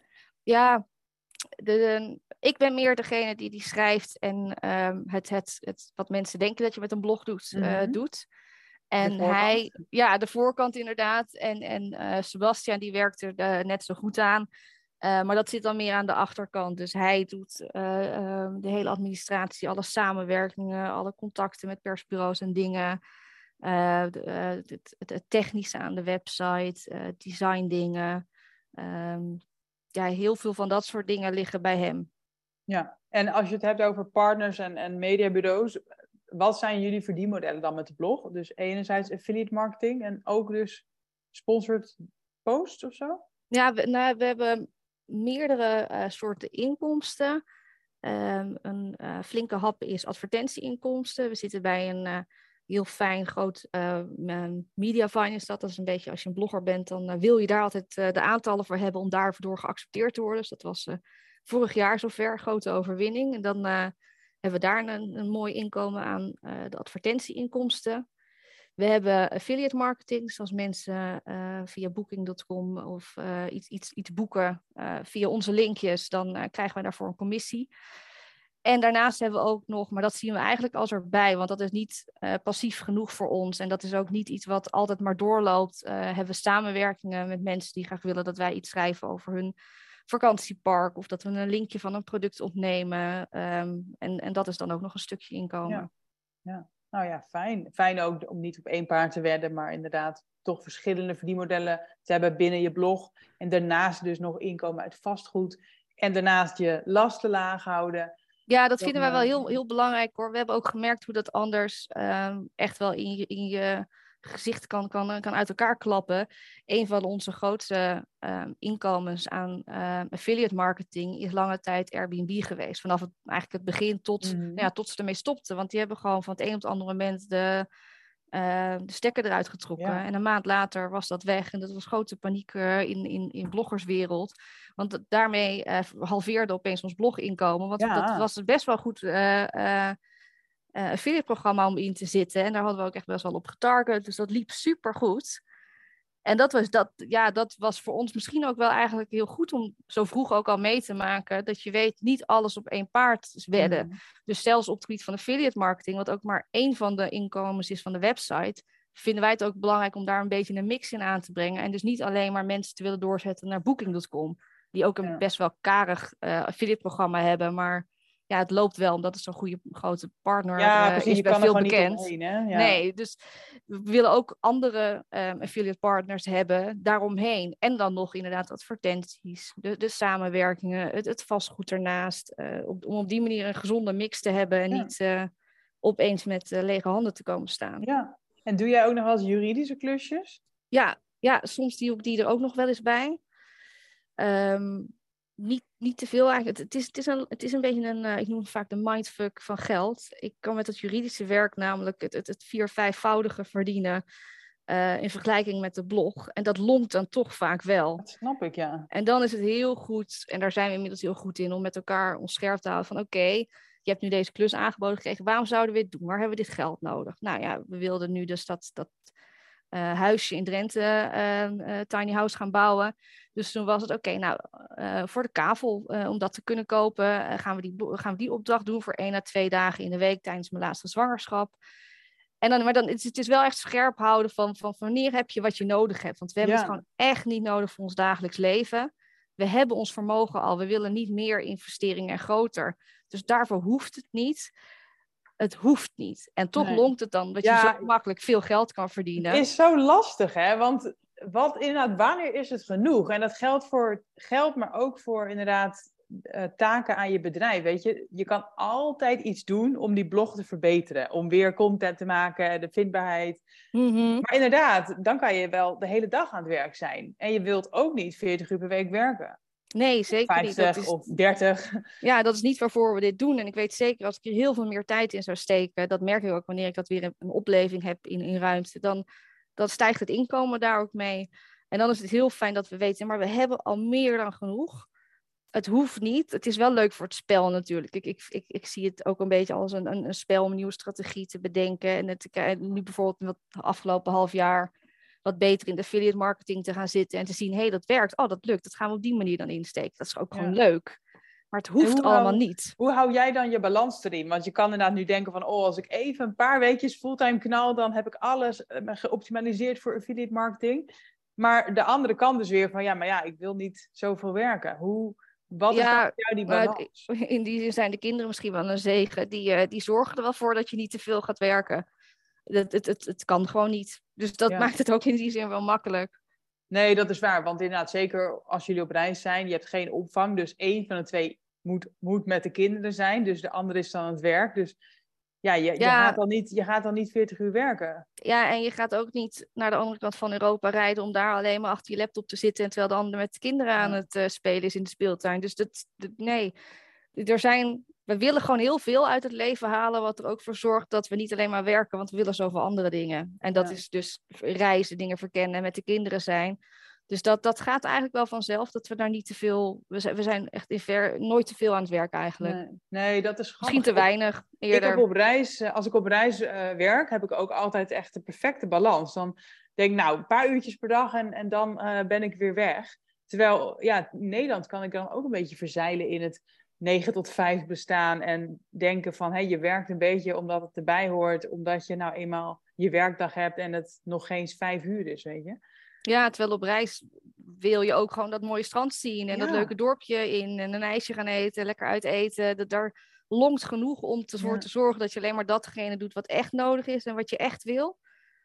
Ja, de, de, ik ben meer degene die die schrijft en um, het, het, het, wat mensen denken dat je met een blog doet, mm-hmm. uh, doet. En hij, ja, de voorkant inderdaad. En, en uh, Sebastian die werkt er uh, net zo goed aan. Uh, maar dat zit dan meer aan de achterkant. Dus hij doet uh, uh, de hele administratie, alle samenwerkingen, alle contacten met persbureaus en dingen. Uh, de, uh, het, het, het technische aan de website, uh, design dingen. Um, ja, heel veel van dat soort dingen liggen bij hem. Ja, en als je het hebt over partners en, en mediabureaus, wat zijn jullie verdienmodellen dan met de blog? Dus enerzijds affiliate marketing en ook dus sponsored posts of zo? Ja, we, nou, we hebben meerdere uh, soorten inkomsten. Um, een uh, flinke hap is advertentieinkomsten. We zitten bij een uh, heel fijn groot uh, media finance. Dat is een beetje, als je een blogger bent, dan uh, wil je daar altijd uh, de aantallen voor hebben om daardoor geaccepteerd te worden. Dus dat was uh, vorig jaar zover, een grote overwinning. En dan uh, hebben we daar een, een mooi inkomen aan uh, de advertentieinkomsten. We hebben affiliate marketing, zoals mensen uh, via booking punt com of uh, iets, iets, iets boeken uh, via onze linkjes, dan uh, krijgen we daarvoor een commissie. En daarnaast hebben we ook nog, maar dat zien we eigenlijk als erbij, want dat is niet uh, passief genoeg voor ons. En dat is ook niet iets wat altijd maar doorloopt. Uh, hebben we samenwerkingen met mensen die graag willen dat wij iets schrijven over hun vakantiepark of dat we een linkje van een product opnemen. Um, en, en dat is dan ook nog een stukje inkomen. Ja. Ja. Nou ja, fijn. Fijn ook om niet op één paard te wedden, maar inderdaad toch verschillende verdienmodellen te hebben binnen je blog. En daarnaast dus nog inkomen uit vastgoed. En daarnaast je lasten laag houden. Ja, dat vinden wij wel heel, heel belangrijk hoor. We hebben ook gemerkt hoe dat anders um, echt wel in je, in je gezicht kan, kan, kan uit elkaar klappen. Een van onze grootste um, inkomens aan um, affiliate marketing is lange tijd Airbnb geweest. Vanaf het, eigenlijk het begin tot, Mm-hmm. nou ja, tot ze ermee stopten. Want die hebben gewoon van het een op het andere moment de, uh, de stekker eruit getrokken. Ja. En een maand later was dat weg. En dat was grote paniek uh, in, in, in bloggerswereld. Want daarmee uh, halveerde opeens ons bloginkomen. Want ja. dat was best wel goed uh, uh, uh, affiliate-programma om in te zitten. En daar hadden we ook echt best wel op getarget. Dus dat liep supergoed. En dat was, dat, ja, dat was voor ons misschien ook wel eigenlijk heel goed om zo vroeg ook al mee te maken. Dat je weet, niet alles op één paard wedden. Mm. Dus zelfs op het gebied van affiliate marketing, wat ook maar één van de inkomens is van de website, vinden wij het ook belangrijk om daar een beetje een mix in aan te brengen. En dus niet alleen maar mensen te willen doorzetten naar booking punt com. Die ook een ja. best wel karig uh, affiliate programma hebben. Maar ja, het loopt wel, omdat het zo'n goede grote partner ja, uh, precies, is je bij kan veel er bekend. Niet omheen, hè? Ja. Nee, dus we willen ook andere um, affiliate partners hebben daaromheen. En dan nog inderdaad advertenties, de, de samenwerkingen, het, het vastgoed ernaast. Uh, op, om op die manier een gezonde mix te hebben en ja. niet uh, opeens met uh, lege handen te komen staan. Ja, en doe jij ook nog wel eens juridische klusjes? Ja, ja, soms die, die er ook nog wel eens bij. Um, niet, niet te veel eigenlijk. Het, het, is, het, is een, het is een beetje een, uh, ik noem het vaak de mindfuck van geld. Ik kan met het juridische werk namelijk het, het, het vier, vijfvoudige verdienen uh, in vergelijking met de blog. En dat lonkt dan toch vaak wel. Dat snap ik, ja. En dan is het heel goed, en daar zijn we inmiddels heel goed in, om met elkaar ons scherp te houden van oké, okay, je hebt nu deze klus aangeboden gekregen, waarom zouden we dit doen? Waar hebben we dit geld nodig? Nou ja, we wilden nu dus dat... dat Uh, huisje in Drenthe, uh, uh, tiny house gaan bouwen. Dus toen was het oké, okay, nou, uh, voor de kavel, uh, om dat te kunnen kopen, uh, gaan, we die, gaan we die opdracht doen voor één à twee dagen in de week tijdens mijn laatste zwangerschap. En dan, maar dan, het, het is wel echt scherp houden van, van wanneer heb je wat je nodig hebt. Want we hebben ja. het gewoon echt niet nodig voor ons dagelijks leven. We hebben ons vermogen al, we willen niet meer investeringen en groter. Dus daarvoor hoeft het niet. Het hoeft niet. En toch nee. lonkt het dan dat ja, je zo makkelijk veel geld kan verdienen. Het is zo lastig, hè? Want wat inderdaad, wanneer is het genoeg? En dat geldt voor geld, maar ook voor inderdaad uh, taken aan je bedrijf. Weet je, je kan altijd iets doen om die blog te verbeteren. Om weer content te maken, de vindbaarheid. Mm-hmm. Maar inderdaad, dan kan je wel de hele dag aan het werk zijn. En je wilt ook niet veertig uur per week werken. Nee, zeker vijftig niet. Dat is, of dertig. Ja, dat is niet waarvoor we dit doen. En ik weet zeker, als ik er heel veel meer tijd in zou steken, dat merk ik ook wanneer ik dat weer een opleving heb in, in ruimte, dan, dan stijgt het inkomen daar ook mee. En dan is het heel fijn dat we weten, maar we hebben al meer dan genoeg. Het hoeft niet. Het is wel leuk voor het spel natuurlijk. Ik, ik, ik, ik zie het ook een beetje als een, een, een spel om een nieuwe strategie te bedenken. En het, nu bijvoorbeeld het afgelopen half jaar wat beter in de affiliate marketing te gaan zitten en te zien, hé, hey, dat werkt, oh, dat lukt, dat gaan we op die manier dan insteken. Dat is ook ja. gewoon leuk. Maar het hoeft allemaal hou, niet. Hoe hou jij dan je balans erin? Want je kan inderdaad nu denken van, oh, als ik even een paar weekjes fulltime knal, dan heb ik alles geoptimaliseerd voor affiliate marketing. Maar de andere kant is weer van, ja, maar ja, ik wil niet zoveel werken. Hoe, wat ja, is voor jou die balans? In die zin zijn de kinderen misschien wel een zegen. Die, die zorgen er wel voor dat je niet te veel gaat werken. Het, het, het, het kan gewoon niet. Dus dat ja. maakt het ook in die zin wel makkelijk. Nee, dat is waar. Want inderdaad, zeker als jullie op reis zijn, je hebt geen opvang. Dus één van de twee moet, moet met de kinderen zijn. Dus de andere is dan aan het werk. Dus ja, je, ja. je, gaat, dan niet, je gaat dan niet veertig uur werken. Ja, en je gaat ook niet naar de andere kant van Europa rijden om daar alleen maar achter je laptop te zitten, en terwijl de ander met de kinderen ja. aan het uh, spelen is in de speeltuin. Dus dat, dat nee, er zijn... We willen gewoon heel veel uit het leven halen, wat er ook voor zorgt dat we niet alleen maar werken, want we willen zoveel andere dingen. En dat ja. is dus reizen, dingen verkennen, met de kinderen zijn. Dus dat, dat gaat eigenlijk wel vanzelf, dat we daar niet te veel... We zijn, we zijn echt in ver, nooit te veel aan het werken eigenlijk. Nee, nee dat is Misschien te weinig, eerder. Ik heb op reis, als ik op reis uh, werk, heb ik ook altijd echt de perfecte balans. Dan denk ik, nou, een paar uurtjes per dag en, en dan uh, ben ik weer weg. Terwijl, ja, in Nederland kan ik dan ook een beetje verzeilen in het negen tot vijf bestaan en denken van, hé, hey, je werkt een beetje omdat het erbij hoort, omdat je nou eenmaal je werkdag hebt en het nog geen vijf uur is, weet je. Ja, terwijl op reis wil je ook gewoon dat mooie strand zien en Ja. dat leuke dorpje in en een ijsje gaan eten, lekker uit eten. Dat daar longt genoeg om te, voor Ja. te zorgen dat je alleen maar datgene doet wat echt nodig is en wat je echt wil.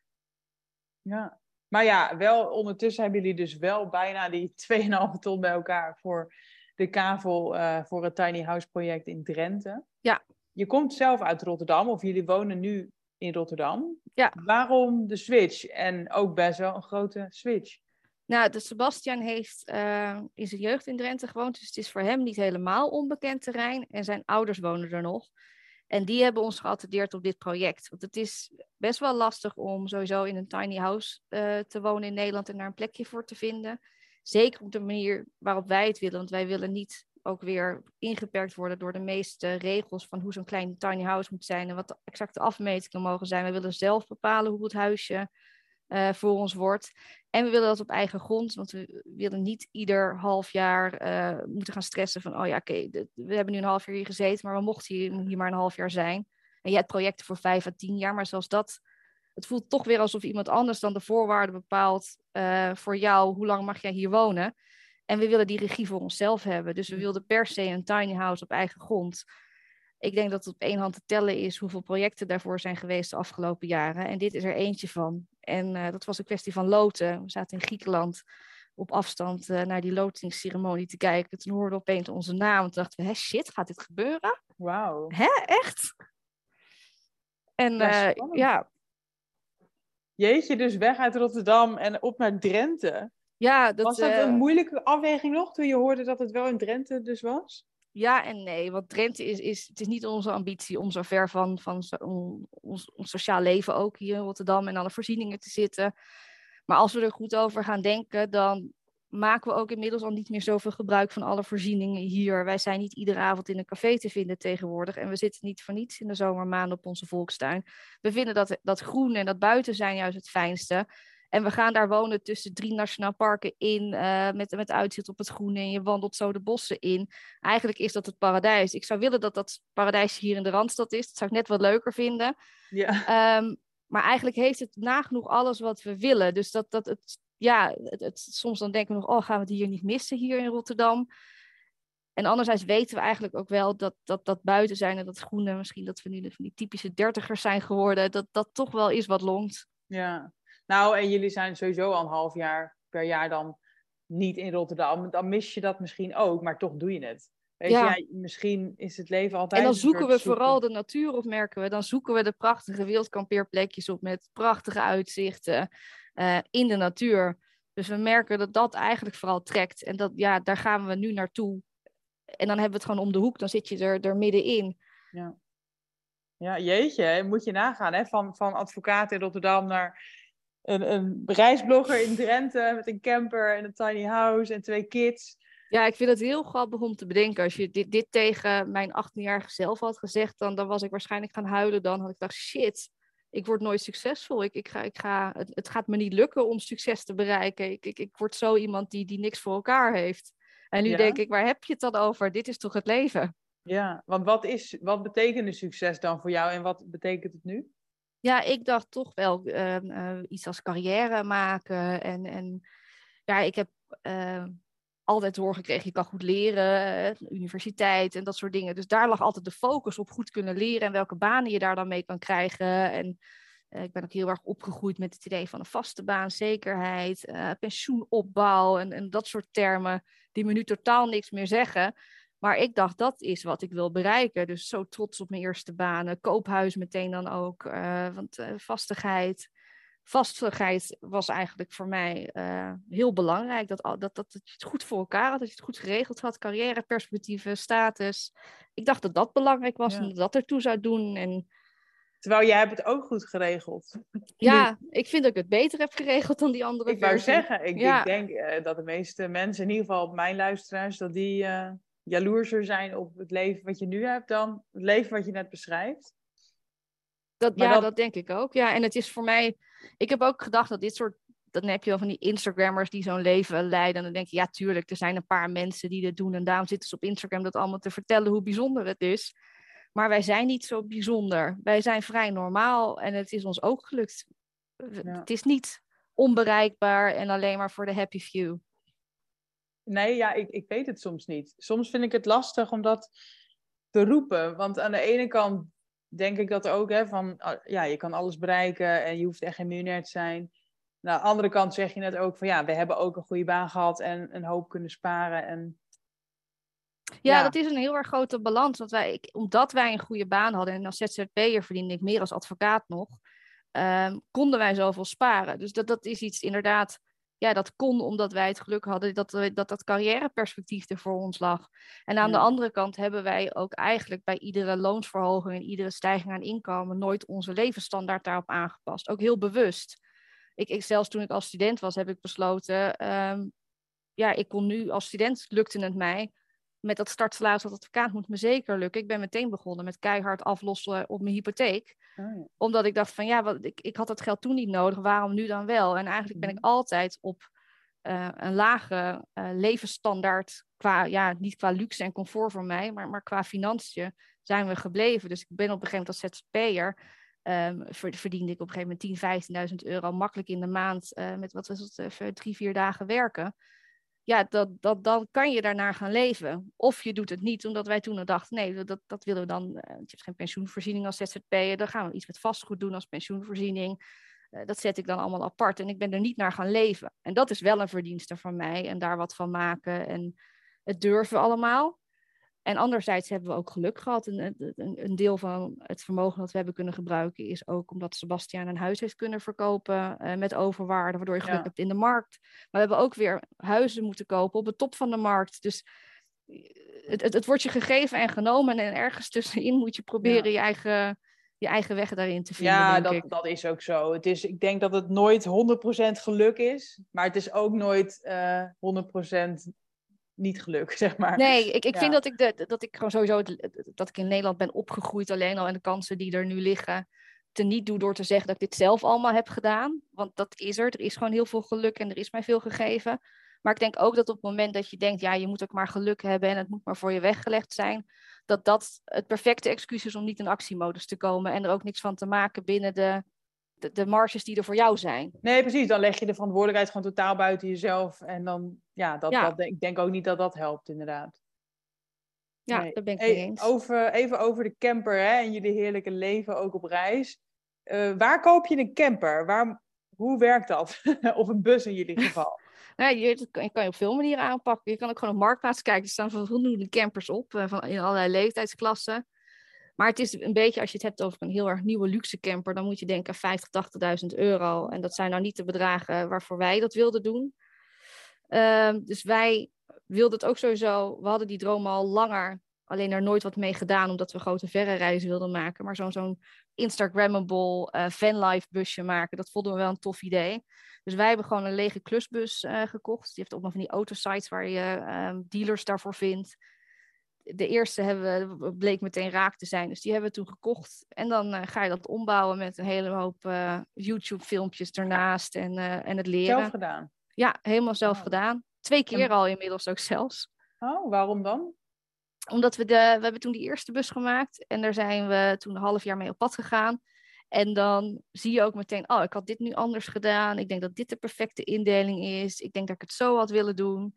Ja. Maar ja, wel ondertussen hebben jullie dus wel bijna die twee komma vijf ton bij elkaar voor de kavel uh, voor het Tiny House project in Drenthe. Ja. Je komt zelf uit Rotterdam, of jullie wonen nu in Rotterdam. Ja. Waarom de switch? En ook best wel een grote switch. Nou, de Sebastian heeft uh, in zijn jeugd in Drenthe gewoond, dus het is voor hem niet helemaal onbekend terrein. En zijn ouders wonen er nog. En die hebben ons geattendeerd op dit project. Want het is best wel lastig om sowieso in een tiny house uh, te wonen in Nederland en daar een plekje voor te vinden. Zeker op de manier waarop wij het willen. Want wij willen niet ook weer ingeperkt worden door de meeste regels van hoe zo'n klein tiny house moet zijn en wat de exacte afmetingen mogen zijn. We willen zelf bepalen hoe het huisje uh, voor ons wordt. En we willen dat op eigen grond, want we willen niet ieder half jaar uh, moeten gaan stressen van, oh ja, oké, okay, we hebben nu een half jaar hier gezeten, maar we mochten hier, hier maar een half jaar zijn. En je hebt projecten voor vijf à tien jaar, maar zelfs dat, het voelt toch weer alsof iemand anders dan de voorwaarden bepaalt uh, voor jou, hoe lang mag jij hier wonen. En we willen die regie voor onszelf hebben. Dus we wilden per se een tiny house op eigen grond. Ik denk dat het op één hand te tellen is hoeveel projecten daarvoor zijn geweest de afgelopen jaren. En dit is er eentje van. En uh, dat was een kwestie van loten. We zaten in Griekenland op afstand uh, naar die lotingsceremonie te kijken. Toen hoorden we opeens onze naam. En toen dachten we, hè, shit, gaat dit gebeuren? Wauw. Hè, echt? En uh, ja. Jeetje, dus weg uit Rotterdam en op naar Drenthe. Ja, dat, was dat uh, een moeilijke afweging nog, toen je hoorde dat het wel in Drenthe dus was? Ja en nee, want Drenthe is, is, het is niet onze ambitie om zo ver van, van zo, om, ons, ons sociaal leven ook hier in Rotterdam en alle voorzieningen te zitten. Maar als we er goed over gaan denken, dan maken we ook inmiddels al niet meer zoveel gebruik van alle voorzieningen hier. Wij zijn niet iedere avond in een café te vinden tegenwoordig en we zitten niet voor niets in de zomermaanden op onze volkstuin. We vinden dat, dat groen en dat buiten zijn juist het fijnste. En we gaan daar wonen tussen drie nationaal parken in, uh, met, met uitzicht op het groen en je wandelt zo de bossen in. Eigenlijk is dat het paradijs. Ik zou willen dat dat paradijs hier in de Randstad is. Dat zou ik net wat leuker vinden. Ja. Um, maar eigenlijk heeft het nagenoeg alles wat we willen. Dus dat, dat het, ja, het, het, soms dan denken we nog, oh, gaan we het hier niet missen hier in Rotterdam? En anderzijds weten we eigenlijk ook wel dat dat, dat buiten zijn en dat groene, misschien dat we nu de, van die typische dertigers zijn geworden, dat dat toch wel is wat longt. Ja. Nou, en jullie zijn sowieso al een half jaar per jaar dan niet in Rotterdam. Dan mis je dat misschien ook, maar toch doe je het. Weet ja. je, ja, misschien is het leven altijd... En dan zoeken we zoeken. vooral de natuur op, merken we. Dan zoeken we de prachtige wildkampeerplekjes op met prachtige uitzichten uh, in de natuur. Dus we merken dat dat eigenlijk vooral trekt. En dat, ja, daar gaan we nu naartoe. En dan hebben we het gewoon om de hoek. Dan zit je er, er middenin. Ja. Ja, jeetje, moet je nagaan, hè? Van, van advocaat in Rotterdam naar... Een, een reisblogger in Drenthe met een camper en een tiny house en twee kids. Ja, ik vind het heel grappig om te bedenken. Als je dit, dit tegen mijn achttienjarige zelf had gezegd, dan, dan was ik waarschijnlijk gaan huilen. Dan had ik gedacht, shit, ik word nooit succesvol. Ik, ik ga, ik ga, het, het gaat me niet lukken om succes te bereiken. Ik, ik, ik word zo iemand die, die niks voor elkaar heeft. En nu ja. denk ik, waar heb je het dan over? Dit is toch het leven? Ja, want wat, is, wat betekende succes dan voor jou en wat betekent het nu? Ja, ik dacht toch wel uh, uh, iets als carrière maken. En, en ja, ik heb uh, altijd doorgekregen, je kan goed leren, uh, universiteit en dat soort dingen. Dus daar lag altijd de focus op goed kunnen leren en welke banen je daar dan mee kan krijgen. En uh, ik ben ook heel erg opgegroeid met het idee van een vaste baan, zekerheid, uh, pensioenopbouw en, en dat soort termen die me nu totaal niks meer zeggen. Maar ik dacht, dat is wat ik wil bereiken. Dus zo trots op mijn eerste banen. Koophuis meteen dan ook. Uh, want uh, vastigheid. Vastigheid was eigenlijk voor mij uh, heel belangrijk. Dat, dat, dat, dat je het goed voor elkaar had. Dat je het goed geregeld had. Carrièreperspectieven, status. Ik dacht dat dat belangrijk was. Ja. En dat dat ertoe zou doen. En... Terwijl jij hebt het ook goed geregeld. Ja, ik vind dat ik het beter heb geregeld dan die andere Ik wou versie. zeggen. Ik, ja. ik denk uh, dat de meeste mensen, in ieder geval mijn luisteraars, dat die... Uh... jaloerser zijn op het leven wat je nu hebt dan het leven wat je net beschrijft. Dat, ja, dat... dat denk ik ook. Ja, en het is voor mij... Ik heb ook gedacht dat dit soort... Dan heb je wel van die Instagrammers die zo'n leven leiden. En dan denk je, ja, tuurlijk, er zijn een paar mensen die dit doen. En daarom zitten ze op Instagram dat allemaal te vertellen hoe bijzonder het is. Maar wij zijn niet zo bijzonder. Wij zijn vrij normaal en het is ons ook gelukt. Ja. Het is niet onbereikbaar en alleen maar voor de happy few. Nee, ja, ik, ik weet het soms niet. Soms vind ik het lastig om dat te roepen. Want aan de ene kant denk ik dat ook, hè, van, ah, ja, je kan alles bereiken en je hoeft echt geen miljonair te zijn. Nou, aan de andere kant zeg je net ook van, ja, we hebben ook een goede baan gehad en een hoop kunnen sparen. En Ja, ja, dat is een heel erg grote balans. Want wij, ik, omdat wij een goede baan hadden en als Z Z P'er verdiende ik meer als advocaat nog, ehm, konden wij zoveel sparen. Dus dat, dat is iets inderdaad, ja, dat kon omdat wij het geluk hadden dat we- dat, dat carrièreperspectief er voor ons lag. En aan de ja, andere kant hebben wij ook eigenlijk bij iedere loonsverhoging en iedere stijging aan inkomen nooit onze levensstandaard daarop aangepast. Ook heel bewust. Ik, ik, zelfs toen ik als student was, heb ik besloten, ehm, ja, ik kon nu als student, lukte het mij. Met dat startsalaris als advocaat moet me zeker lukken. Ik ben meteen begonnen met keihard aflossen op mijn hypotheek. oh, ja. Omdat ik dacht van ja, wat, ik, ik had dat geld toen niet nodig. Waarom nu dan wel? En eigenlijk ben ik Mhm. altijd op uh, een lage uh, levensstandaard. Qua, ja, niet qua luxe en comfort voor mij, maar, maar qua financiën zijn we gebleven. Dus ik ben op een gegeven moment als Z Z P'er. Um, verdiende ik op een gegeven moment tien, vijftienduizend euro makkelijk in de maand. Uh, met wat was het, even drie, vier dagen werken. Ja, dat, dat, dan kan je daarnaar gaan leven. Of je doet het niet, omdat wij toen dachten, nee, dat, dat willen we dan. Uh, je hebt geen pensioenvoorziening als Z Z P'er, dan gaan we iets met vastgoed doen als pensioenvoorziening. Uh, dat zet ik dan allemaal apart en ik ben er niet naar gaan leven. En dat is wel een verdienste van mij en daar wat van maken en het durven allemaal. En anderzijds hebben we ook geluk gehad. En een, een deel van het vermogen dat we hebben kunnen gebruiken is ook omdat Sebastiaan een huis heeft kunnen verkopen uh, met overwaarde, waardoor je geluk Ja. hebt in de markt. Maar we hebben ook weer huizen moeten kopen op de top van de markt. Dus het, het, het wordt je gegeven en genomen en ergens tussenin moet je proberen Ja. je eigen, je eigen weg daarin te vinden, Ja, denk dat, ik. dat is ook zo. Het is, ik denk dat het nooit honderd procent geluk is, maar het is ook nooit uh, honderd procent niet geluk, zeg maar. Nee, ik, ik Ja. vind dat ik, de, dat ik gewoon sowieso dat ik in Nederland ben opgegroeid alleen al en de kansen die er nu liggen teniet doe door te zeggen dat ik dit zelf allemaal heb gedaan. Want dat is er. Er is gewoon heel veel geluk en er is mij veel gegeven. Maar ik denk ook dat op het moment dat je denkt, ja, je moet ook maar geluk hebben en het moet maar voor je weggelegd zijn, dat dat het perfecte excuus is om niet in actiemodus te komen en er ook niks van te maken binnen de, de, de marges die er voor jou zijn. Nee, precies. Dan leg je de verantwoordelijkheid gewoon totaal buiten jezelf. En dan, ja, dat, Ja, dat, ik denk ook niet dat dat helpt, inderdaad. ja, Nee. daar ben ik mee Hey, eens. over, even over de camper, hè, en jullie heerlijke leven ook op reis. Uh, waar koop je een camper? Waar, hoe werkt dat? Of een bus in jullie geval? Nou, je, dat kan, je kan je op veel manieren aanpakken. Je kan ook gewoon op Marktplaats kijken. Er staan van voldoende campers op, uh, van, in allerlei leeftijdsklassen. Maar het is een beetje, als je het hebt over een heel erg nieuwe luxe camper, dan moet je denken aan vijftig, tachtigduizend euro. En dat zijn nou niet de bedragen waarvoor wij dat wilden doen. Uh, dus wij wilden het ook sowieso, we hadden die droom al langer, alleen er nooit wat mee gedaan, omdat we grote verre reizen wilden maken. Maar zo'n zo'n Instagrammable uh, vanlife busje maken, dat vonden we wel een tof idee. Dus wij hebben gewoon een lege klusbus uh, gekocht. Die heeft ook nog van die autosites waar je uh, dealers daarvoor vindt. De eerste hebben we, bleek meteen raak te zijn, dus die hebben we toen gekocht. En dan uh, ga je dat ombouwen met een hele hoop uh, YouTube-filmpjes ernaast en, uh, en het leren. Zelf gedaan? Ja, helemaal zelf Oh. gedaan. Twee keer En... al inmiddels ook zelfs. Oh, waarom dan? Omdat we de, we hebben toen die eerste bus gemaakt en daar zijn we toen een half jaar mee op pad gegaan. En dan zie je ook meteen, oh, ik had dit nu anders gedaan. Ik denk dat dit de perfecte indeling is. Ik denk dat ik het zo had willen doen.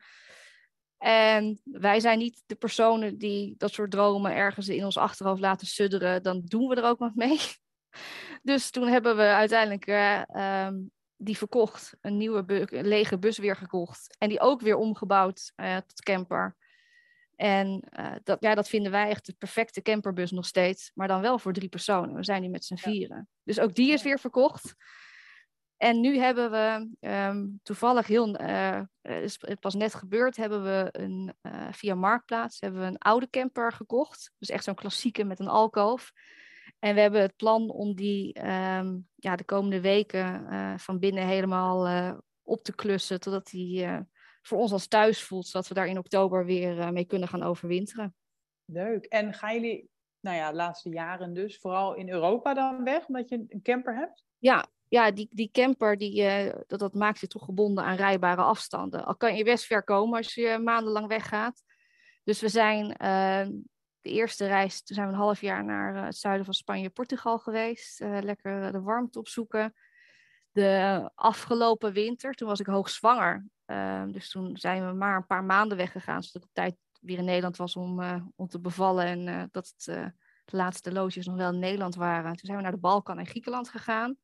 En wij zijn niet de personen die dat soort dromen ergens in ons achterhoofd laten sudderen. Dan doen we er ook wat mee. Dus toen hebben we uiteindelijk uh, um, die verkocht. Een nieuwe bu- een lege bus weer gekocht. En die ook weer omgebouwd uh, tot camper. En uh, dat, ja, dat vinden wij echt de perfecte camperbus nog steeds. Maar dan wel voor drie personen. We zijn nu met z'n ja. vieren. Dus ook die is weer verkocht. En nu hebben we um, toevallig heel, uh, is pas net gebeurd, hebben we een, uh, via Marktplaats hebben we een oude camper gekocht. Dus echt zo'n klassieke met een alkoof. En we hebben het plan om die um, ja, de komende weken uh, van binnen helemaal uh, op te klussen, totdat die uh, voor ons als thuis voelt, zodat we daar in oktober weer uh, mee kunnen gaan overwinteren. Leuk. En gaan jullie, nou ja, de laatste jaren dus, vooral in Europa dan weg, omdat je een camper hebt? Ja, ja die, die camper, die, uh, dat, dat maakt je toch gebonden aan rijbare afstanden. Al kan je best ver komen als je maandenlang weggaat. Dus we zijn uh, de eerste reis, toen zijn we een half jaar naar uh, het zuiden van Spanje, Portugal geweest. Uh, lekker de warmte opzoeken. De afgelopen winter, toen was ik hoogzwanger, Uh, dus toen zijn we maar een paar maanden weggegaan, zodat ik op tijd weer in Nederland was om, uh, om te bevallen. En uh, dat het, uh, de laatste loodjes nog wel in Nederland waren. Toen zijn we naar de Balkan en Griekenland gegaan.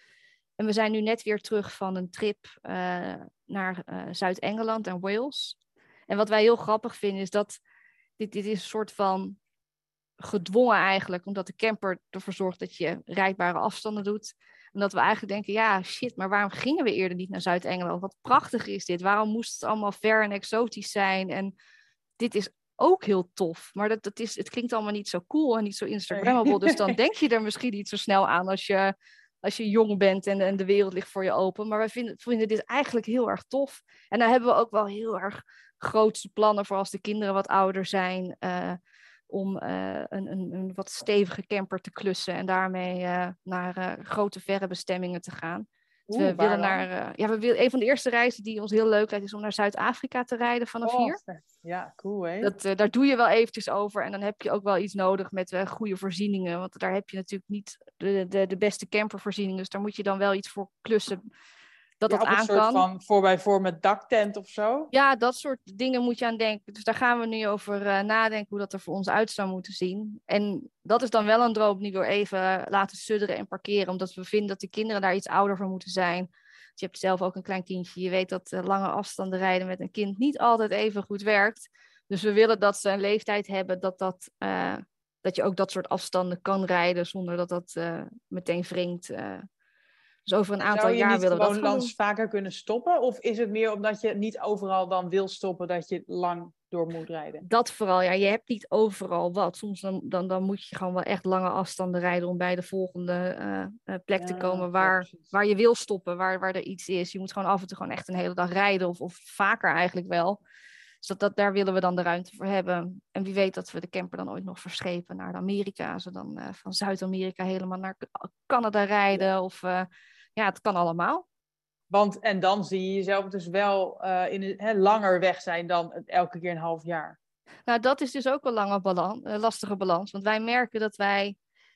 En we zijn nu net weer terug van een trip uh, naar uh, Zuid-Engeland en Wales. En wat wij heel grappig vinden is dat dit, dit is een soort van gedwongen eigenlijk, omdat de camper ervoor zorgt dat je rijdbare afstanden doet. En dat we eigenlijk denken, ja shit, maar waarom gingen we eerder niet naar Zuid-Engeland? Wat prachtig is dit. Waarom moest het allemaal ver en exotisch zijn? En dit is ook heel tof. Maar dat, dat is, het klinkt allemaal niet zo cool en niet zo Instagrammable. Dus dan denk je er misschien niet zo snel aan als je, als je jong bent en, en de wereld ligt voor je open. Maar wij vinden, vinden dit eigenlijk heel erg tof. En dan hebben we ook wel heel erg grootste plannen voor als de kinderen wat ouder zijn. Uh, om uh, een, een, een wat stevige camper te klussen en daarmee uh, naar uh, grote verre bestemmingen te gaan. Oeh, we willen naar, uh, ja, we willen, een van de eerste reizen die ons heel leuk lijkt is om naar Zuid-Afrika te rijden vanaf oh, hier. Ja, cool hè. Dat, uh, daar doe je wel eventjes over en dan heb je ook wel iets nodig met uh, goede voorzieningen. Want daar heb je natuurlijk niet de, de, de beste campervoorzieningen. Dus daar moet je dan wel iets voor klussen dat ja, dat aan kan. Een soort van voor bij voor met daktent of zo? Ja, dat soort dingen moet je aan denken. Dus daar gaan we nu over uh, nadenken hoe dat er voor ons uit zou moeten zien. En dat is dan wel een droom die we even laten sudderen en parkeren. Omdat we vinden dat de kinderen daar iets ouder voor moeten zijn. Dus je hebt zelf ook een klein kindje. Je weet dat uh, lange afstanden rijden met een kind niet altijd even goed werkt. Dus we willen dat ze een leeftijd hebben dat, dat, uh, dat je ook dat soort afstanden kan rijden. Zonder dat dat uh, meteen wringt. Uh, Dus over een aantal jaar willen we dat gewoon langs vaker kunnen stoppen? Of is het meer omdat je niet overal dan wil stoppen dat je lang door moet rijden? Dat vooral, ja. Je hebt niet overal wat. Soms dan, dan, dan moet je gewoon wel echt lange afstanden rijden om bij de volgende uh, uh, plek ja, te komen waar, ja, waar je wil stoppen, waar, waar er iets is. Je moet gewoon af en toe gewoon echt een hele dag rijden of, of vaker eigenlijk wel. Dus dat, dat, daar willen we dan de ruimte voor hebben. En wie weet dat we de camper dan ooit nog verschepen naar Amerika. Zo dan uh, van Zuid-Amerika helemaal naar Canada rijden ja. of... Uh, Ja, het kan allemaal. Want, en dan zie je jezelf dus wel uh, in, he, langer weg zijn dan elke keer een half jaar. Nou, dat is dus ook een lange balans, een lastige balans. Want wij merken dat wij...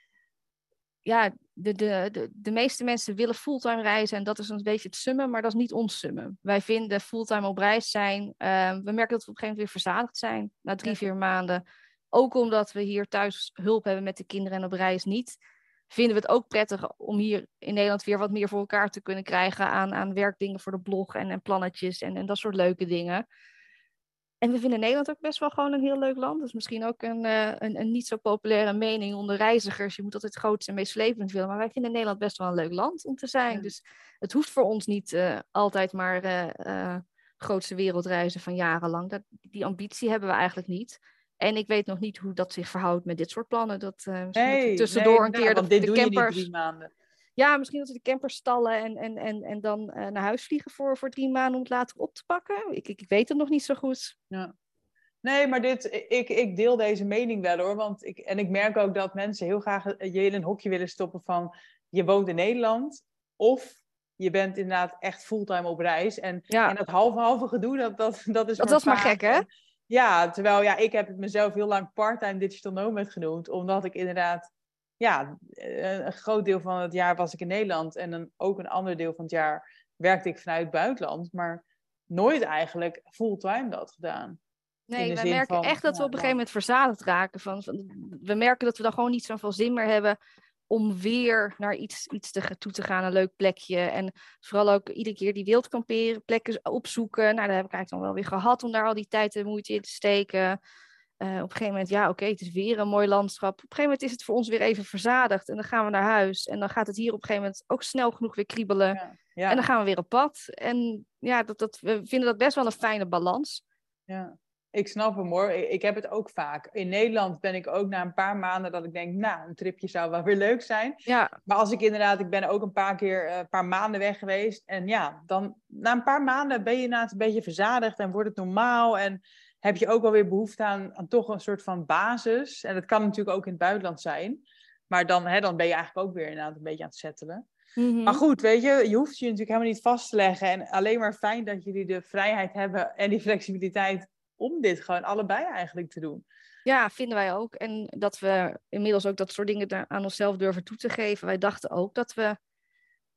Ja, de, de, de, de meeste mensen willen fulltime reizen. En dat is een beetje het summen, maar dat is niet ons summen. Wij vinden fulltime op reis zijn... Uh, we merken dat we op een gegeven moment weer verzadigd zijn. Na drie, ja. vier maanden. Ook omdat we hier thuis hulp hebben met de kinderen en op reis niet... vinden we het ook prettig om hier in Nederland weer wat meer voor elkaar te kunnen krijgen aan, aan werkdingen voor de blog en, en plannetjes en, en dat soort leuke dingen. En we vinden Nederland ook best wel gewoon een heel leuk land. Dat is misschien ook een, uh, een, een niet zo populaire mening onder reizigers. Je moet altijd groot en meeslepend willen. Maar wij vinden Nederland best wel een leuk land om te zijn. Ja. Dus het hoeft voor ons niet uh, altijd maar uh, uh, grootste wereldreizen van jarenlang. Dat, die ambitie hebben we eigenlijk niet. En ik weet nog niet hoe dat zich verhoudt met dit soort plannen. Dat uh, misschien nee, dat tussendoor nee, een keer nou, dat dit de doe campers... je niet drie maanden. Ja, misschien dat we de campers stallen en, en, en, en dan uh, naar huis vliegen voor, voor drie maanden om het later op te pakken. Ik, ik, ik weet het nog niet zo goed. Ja. Nee, maar dit, ik, ik deel deze mening wel hoor. Want ik, en ik merk ook dat mensen heel graag je in een hokje willen stoppen van... je woont in Nederland of... je bent inderdaad echt fulltime op reis. En, ja. en dat halve-halve gedoe, dat, dat, dat is dat maar was maar gek, hè? En, ja, terwijl ja, ik heb het mezelf heel lang part-time digital nomad genoemd. Omdat ik inderdaad... Ja, een groot deel van het jaar was ik in Nederland. En dan ook een ander deel van het jaar werkte ik vanuit het buitenland. Maar nooit eigenlijk fulltime dat gedaan. Nee, wij merken van, echt dat ja, we op een gegeven moment verzadigd raken. Van, van, we merken dat we dan gewoon niet zoveel zin meer hebben... om weer naar iets, iets te, toe te gaan, een leuk plekje. En vooral ook iedere keer die wildkamperen plekken opzoeken. Nou, dat heb ik eigenlijk dan wel weer gehad om daar al die tijd en moeite in te steken. Uh, op een gegeven moment, ja, oké, okay, het is weer een mooi landschap. Op een gegeven moment is het voor ons weer even verzadigd. En dan gaan we naar huis. En dan gaat het hier op een gegeven moment ook snel genoeg weer kriebelen. Ja, ja. En dan gaan we weer op pad. En ja, dat, dat, we vinden dat best wel een fijne balans. Ja, ik snap hem hoor. Ik, ik heb het ook vaak. In Nederland ben ik ook na een paar maanden dat ik denk, nou, een tripje zou wel weer leuk zijn. Ja. Maar als ik inderdaad, ik ben ook een paar keer, een uh, paar maanden weg geweest. En ja, dan na een paar maanden ben je inderdaad een beetje verzadigd en wordt het normaal. En heb je ook wel weer behoefte aan, aan toch een soort van basis. En dat kan natuurlijk ook in het buitenland zijn. Maar dan, hè, dan ben je eigenlijk ook weer inderdaad een beetje aan het settelen. Mm-hmm. Maar goed, weet je, je hoeft je natuurlijk helemaal niet vast te leggen. En alleen maar fijn dat jullie de vrijheid hebben en die flexibiliteit om dit gewoon allebei eigenlijk te doen. Ja, vinden wij ook. En dat we inmiddels ook dat soort dingen aan onszelf durven toe te geven. Wij dachten ook dat we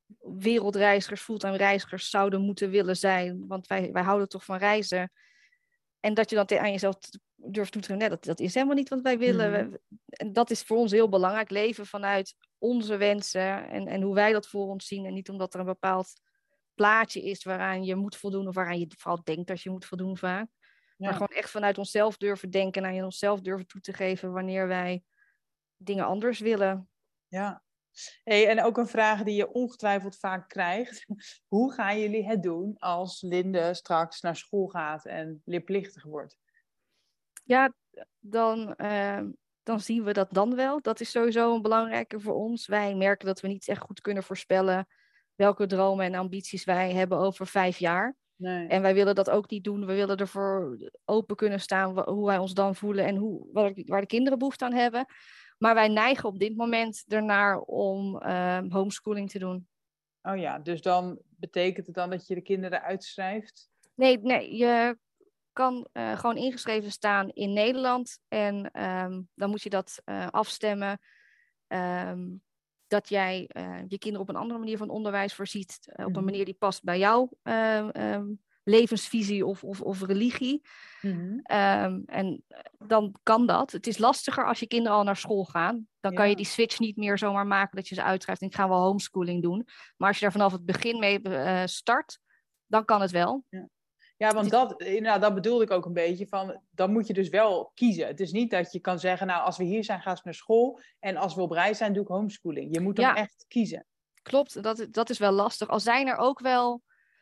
wereldreizigers, fulltime reizigers zouden moeten willen zijn. Want wij, wij houden toch van reizen. En dat je dan aan jezelf durft toe te geven, nee, dat, dat is helemaal niet wat wij willen. Mm-hmm. We, en dat is voor ons heel belangrijk. Leven vanuit onze wensen en, en hoe wij dat voor ons zien. En niet omdat er een bepaald plaatje is waaraan je moet voldoen. Of waaraan je vooral denkt dat je moet voldoen vaak. Ja. Maar gewoon echt vanuit onszelf durven denken. En aan onszelf durven toe te geven wanneer wij dingen anders willen. Ja. Hey, en ook een vraag die je ongetwijfeld vaak krijgt. Hoe gaan jullie het doen als Linde straks naar school gaat en leerplichtig wordt? Ja, dan, uh, dan zien we dat dan wel. Dat is sowieso een belangrijke voor ons. Wij merken dat we niet echt goed kunnen voorspellen welke dromen en ambities wij hebben over vijf jaar. Nee. En wij willen dat ook niet doen. We willen ervoor open kunnen staan hoe wij ons dan voelen en hoe, waar de kinderen behoefte aan hebben. Maar wij neigen op dit moment ernaar om uh, homeschooling te doen. Oh ja, dus dan betekent het dan dat je de kinderen uitschrijft? Nee, nee, je kan uh, gewoon ingeschreven staan in Nederland. En um, dan moet je dat uh, afstemmen. Um, dat jij uh, je kinderen op een andere manier van onderwijs voorziet. Uh, mm-hmm. Op een manier die past bij jouw uh, um, levensvisie of, of, of religie. Mm-hmm. Um, en dan kan dat. Het is lastiger als je kinderen al naar school gaan. Dan kan ja. je die switch niet meer zomaar maken dat je ze uitschrijft. En ik ga wel homeschooling doen. Maar als je daar vanaf het begin mee uh, start, dan kan het wel. Ja. Ja, want dat, nou, dat bedoelde ik ook een beetje van, dan moet je dus wel kiezen. Het is niet dat je kan zeggen, nou, als we hier zijn, gaan ze naar school. En als we op reis zijn, doe ik homeschooling. Je moet dan ja, echt kiezen. Klopt, dat, dat is wel lastig. Al zijn er ook wel,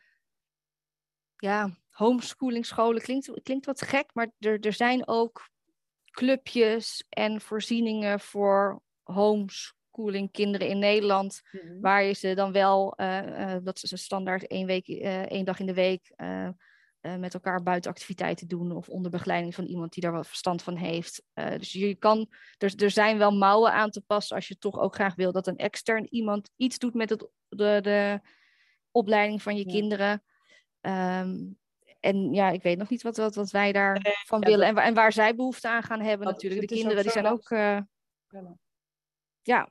ja, homeschooling scholen, klinkt, klinkt wat gek, maar er, er zijn ook clubjes en voorzieningen voor homeschooling kinderen in Nederland, mm-hmm. waar je ze dan wel, uh, uh, dat ze standaard één, week, uh, één dag in de week uh, uh, met elkaar buitenactiviteiten doen of onder begeleiding van iemand die daar wat verstand van heeft. Uh, dus je kan, er, er zijn wel mouwen aan te passen als je toch ook graag wil dat een extern iemand iets doet met het, de, de opleiding van je ja. kinderen. Um, en ja, ik weet nog niet wat, wat, wat wij daarvan nee, ja, willen dat... en, waar, en waar zij behoefte aan gaan hebben dat, natuurlijk. De kinderen die zijn ook... Uh, ja.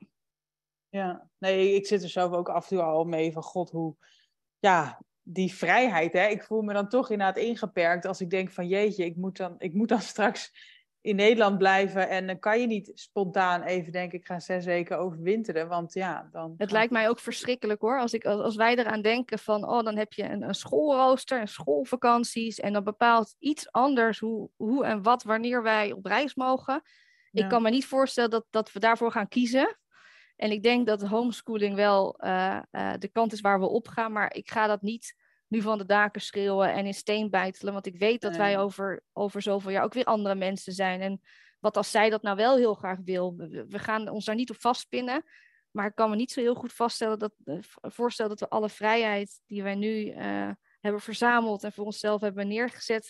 Ja, nee, ik zit er zelf ook af en toe al mee van god, hoe... Ja, die vrijheid, hè. Ik voel me dan toch inderdaad ingeperkt als ik denk van jeetje, ik moet dan, ik moet dan straks in Nederland blijven en dan kan je niet spontaan even denken, ik ga zes weken overwinteren, want ja, dan... Het lijkt mij ook verschrikkelijk hoor, als, ik, als, als wij eraan denken van, oh, dan heb je een, een schoolrooster en schoolvakanties en dan bepaalt iets anders hoe, hoe en wat, wanneer wij op reis mogen. Ja. Ik kan me niet voorstellen dat, dat we daarvoor gaan kiezen. En ik denk dat homeschooling wel uh, uh, de kant is waar we op gaan, maar ik ga dat niet nu van de daken schreeuwen en in steen bijtelen, want ik weet dat nee. wij over, over zoveel jaar ook weer andere mensen zijn. En wat als zij dat nou wel heel graag wil? We, we gaan ons daar niet op vastpinnen, maar ik kan me niet zo heel goed vaststellen dat, uh, voorstellen dat we alle vrijheid die wij nu uh, hebben verzameld en voor onszelf hebben neergezet,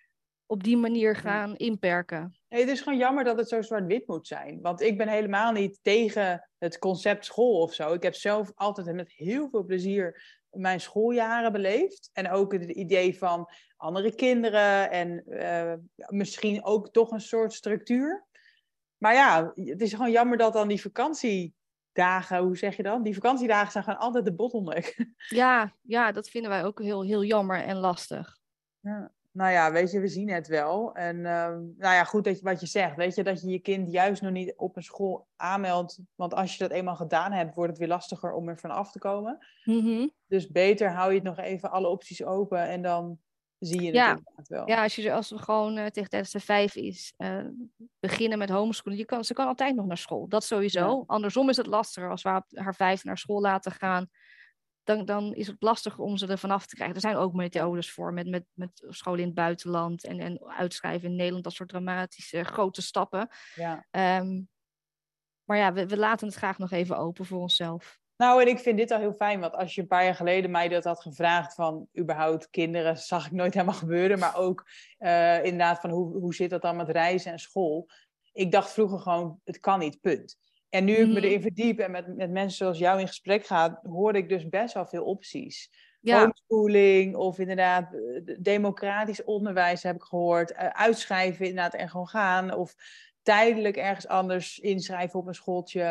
op die manier gaan inperken. Nee, het is gewoon jammer dat het zo zwart-wit moet zijn. Want ik ben helemaal niet tegen het concept school of zo. Ik heb zelf altijd met heel veel plezier mijn schooljaren beleefd. En ook het idee van andere kinderen en uh, misschien ook toch een soort structuur. Maar ja, het is gewoon jammer dat dan die vakantiedagen, hoe zeg je dat? Die vakantiedagen zijn gewoon altijd de bottleneck. Ja, ja, dat vinden wij ook heel, heel jammer en lastig. Ja. Nou ja, weet je, we zien het wel. En uh, nou ja, goed dat je, wat je zegt. Weet je, dat je je kind juist nog niet op een school aanmeldt. Want als je dat eenmaal gedaan hebt, wordt het weer lastiger om er vanaf te komen. Mm-hmm. Dus beter hou je het nog even alle opties open en dan zie je het ja. inderdaad wel. Ja, als, je, als we gewoon uh, tegen tijdens de vijf is uh, beginnen met homeschooling. Je kan, ze kan altijd nog naar school, dat sowieso. Ja. Andersom is het lastiger als we haar vijf naar school laten gaan. Dan, dan is het lastig om ze er vanaf te krijgen. Er zijn ook methodes voor met, met, met scholen in het buitenland en, en uitschrijven in Nederland, dat soort dramatische grote stappen. Ja. Um, maar ja, we, we laten het graag nog even open voor onszelf. Nou, en ik vind dit al heel fijn, want als je een paar jaar geleden mij dat had gevraagd van überhaupt kinderen, zag ik nooit helemaal gebeuren, maar ook uh, inderdaad van hoe, hoe zit dat dan met reizen en school. Ik dacht vroeger gewoon, het kan niet, punt. En nu ik me erin verdiep en met, met mensen zoals jou in gesprek ga, hoor ik dus best wel veel opties. Ja. Homeschooling of inderdaad democratisch onderwijs heb ik gehoord. Uh, uitschrijven inderdaad en gewoon gaan. Of tijdelijk ergens anders inschrijven op een schooltje.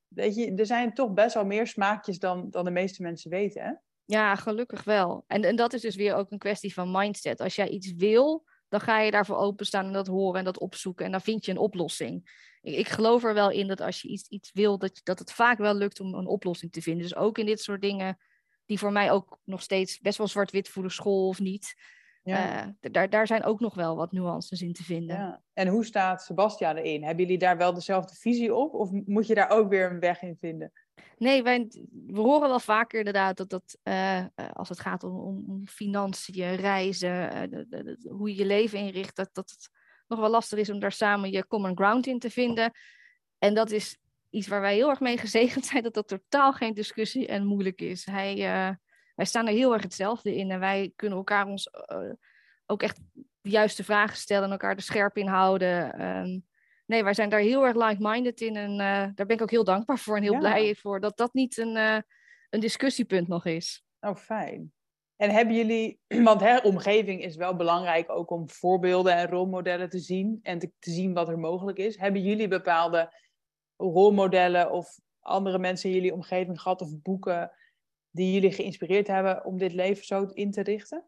weet je, er zijn toch best wel meer smaakjes dan, dan de meeste mensen weten, hè? Ja, gelukkig wel. En, en dat is dus weer ook een kwestie van mindset. Als jij iets wil, dan ga je daarvoor openstaan en dat horen en dat opzoeken. En dan vind je een oplossing. Ik, ik geloof er wel in dat als je iets, iets wil, dat, je- dat het vaak wel lukt om een oplossing te vinden. Dus ook in dit soort dingen, die voor mij ook nog steeds best wel zwart-wit voelen, school of niet. Ja. Eh, d- daar, daar zijn ook nog wel wat nuances in te vinden. Ja. En hoe staat Sebastiaan erin? Hebben jullie daar wel dezelfde visie op? Of moet je daar ook weer een weg in vinden? Nee, wij, we horen wel vaker inderdaad dat, dat eh, eh, als het gaat om, om, om financiën, reizen, eh, de- de- de- hoe je je leven inricht, dat, dat het nog wel lastig is om daar samen je common ground in te vinden. En dat is iets waar wij heel erg mee gezegend zijn, dat dat totaal geen discussie en moeilijk is. Hij, eh, wij staan er heel erg hetzelfde in en wij kunnen elkaar ons eh, ook echt de juiste vragen stellen en elkaar er scherp in houden. Ehm, nee, wij zijn daar heel erg like-minded in en eh, daar ben ik ook heel dankbaar voor en heel Ja. blij voor dat dat niet een, eh, een discussiepunt nog is. Oh, fijn. En hebben jullie, want hè, omgeving is wel belangrijk ook om voorbeelden en rolmodellen te zien en te, te zien wat er mogelijk is. Hebben jullie bepaalde rolmodellen of andere mensen in jullie omgeving gehad of boeken die jullie geïnspireerd hebben om dit leven zo in te richten?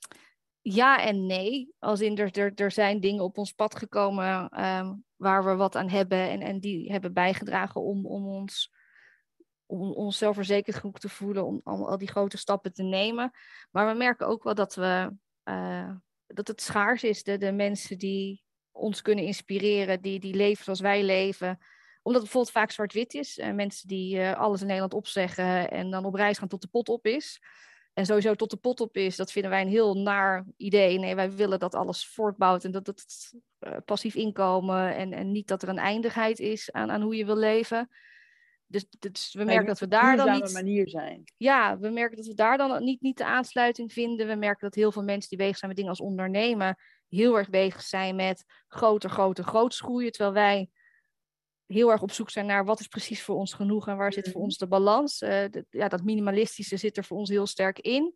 Ja en nee. Als in er, er, er zijn dingen op ons pad gekomen ehm, waar we wat aan hebben en, en die hebben bijgedragen om, om ons om ons zelfverzekerd genoeg te voelen om, om al die grote stappen te nemen. Maar we merken ook wel dat we uh, dat het schaars is, de, de mensen die ons kunnen inspireren, die, die leven zoals wij leven. Omdat het bijvoorbeeld vaak zwart-wit is. Uh, mensen die uh, alles in Nederland opzeggen en dan op reis gaan tot de pot op is. En sowieso tot de pot op is, dat vinden wij een heel naar idee. Nee, wij willen dat alles voortbouwt en dat het uh, passief inkomen en, en niet dat er een eindigheid is aan, aan hoe je wil leven. Dus, dus we merken dat we daar dan niet... manier zijn. Ja, we merken dat we daar dan niet, niet de aansluiting vinden. We merken dat heel veel mensen die bezig zijn met dingen als ondernemen heel erg bezig zijn met groter, groter, groots groeien. Terwijl wij heel erg op zoek zijn naar wat is precies voor ons genoeg en waar mm-hmm. zit voor ons de balans. Uh, de, ja, dat minimalistische zit er voor ons heel sterk in.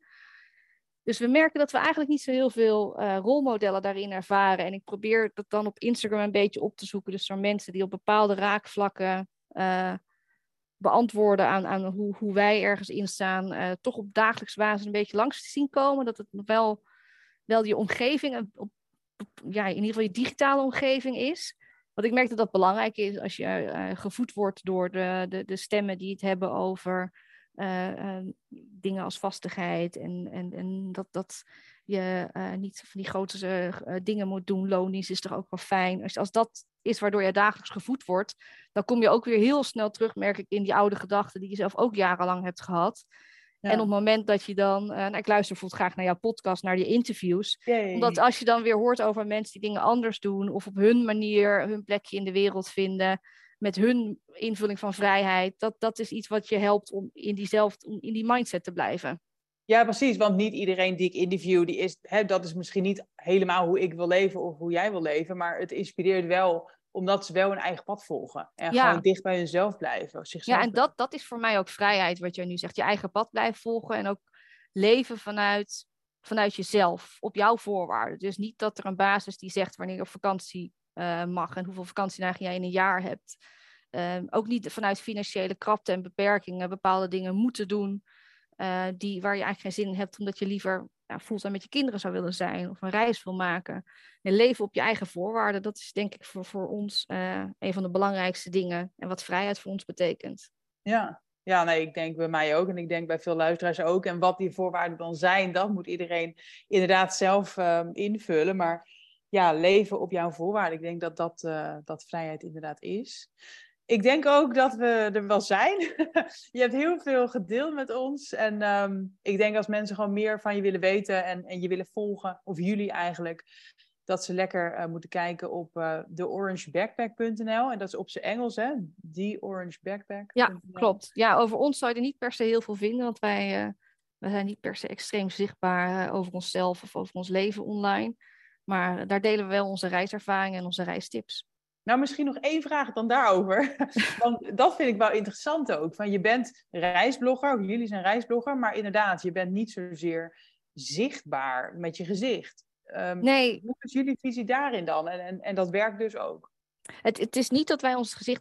Dus we merken dat we eigenlijk niet zo heel veel uh, rolmodellen daarin ervaren. En ik probeer dat dan op Instagram een beetje op te zoeken. Dus voor mensen die op bepaalde raakvlakken uh, beantwoorden aan, aan hoe, hoe wij ergens in staan. Uh, toch op dagelijkse basis een beetje langs te zien komen. Dat het wel, wel je omgeving, op, op, ja, in ieder geval je digitale omgeving is. Want ik merk dat dat belangrijk is als je uh, gevoed wordt door de, de, de stemmen die het hebben over uh, uh, dingen als vastigheid. En, en, en dat, dat je uh, niet van die grote uh, dingen moet doen. Loondienst is toch ook wel fijn. Als, als dat is waardoor je dagelijks gevoed wordt, dan kom je ook weer heel snel terug, merk ik, in die oude gedachten die je zelf ook jarenlang hebt gehad. Ja. En op het moment dat je dan, uh, nou, ik luister bijvoorbeeld graag naar jouw podcast, naar die interviews. Yay. Omdat als je dan weer hoort over mensen die dingen anders doen of op hun manier hun plekje in de wereld vinden, met hun invulling van vrijheid, dat, dat is iets wat je helpt om in, diezelfde, om in die mindset te blijven. Ja, precies, want niet iedereen die ik interview, die is, hè, dat is misschien niet helemaal hoe ik wil leven of hoe jij wil leven, maar het inspireert wel omdat ze wel hun eigen pad volgen. En ja. gewoon dicht bij hunzelf blijven. Ja, en dat, dat is voor mij ook vrijheid, wat jij nu zegt. Je eigen pad blijven volgen en ook leven vanuit, vanuit jezelf, op jouw voorwaarden. Dus niet dat er een baas is die zegt wanneer je op vakantie uh, mag en hoeveel vakantiedagen jij in een jaar hebt. Uh, ook niet vanuit financiële krapte en beperkingen bepaalde dingen moeten doen uh, die, waar je eigenlijk geen zin in hebt, omdat je liever ja, fulltime met je kinderen zou willen zijn of een reis wil maken. En leven op je eigen voorwaarden, dat is denk ik voor, voor ons uh, een van de belangrijkste dingen en wat vrijheid voor ons betekent. Ja. Ja, nee, ik denk bij mij ook en ik denk bij veel luisteraars ook. En wat die voorwaarden dan zijn, dat moet iedereen inderdaad zelf uh, invullen. Maar ja, leven op jouw voorwaarden, ik denk dat dat, uh, dat vrijheid inderdaad is. Ik denk ook dat we er wel zijn. Je hebt heel veel gedeeld met ons. En um, ik denk als mensen gewoon meer van je willen weten en, en je willen volgen, of jullie eigenlijk, dat ze lekker uh, moeten kijken op uh, the orange backpack punt n l. En dat is op zijn Engels, hè? the orange backpack punt n l. Ja, klopt. Ja, over ons zou je er niet per se heel veel vinden, want wij, uh, wij zijn niet per se extreem zichtbaar uh, over onszelf of over ons leven online. Maar daar delen we wel onze reiservaringen en onze reistips. Nou, misschien nog één vraag dan daarover. Want dat vind ik wel interessant ook. Van, je bent reisblogger, of jullie zijn reisblogger, maar inderdaad, je bent niet zozeer zichtbaar met je gezicht. Um, nee. Hoe is jullie visie daarin dan? En, en, en dat werkt dus ook? Het, het is niet dat wij ons gezicht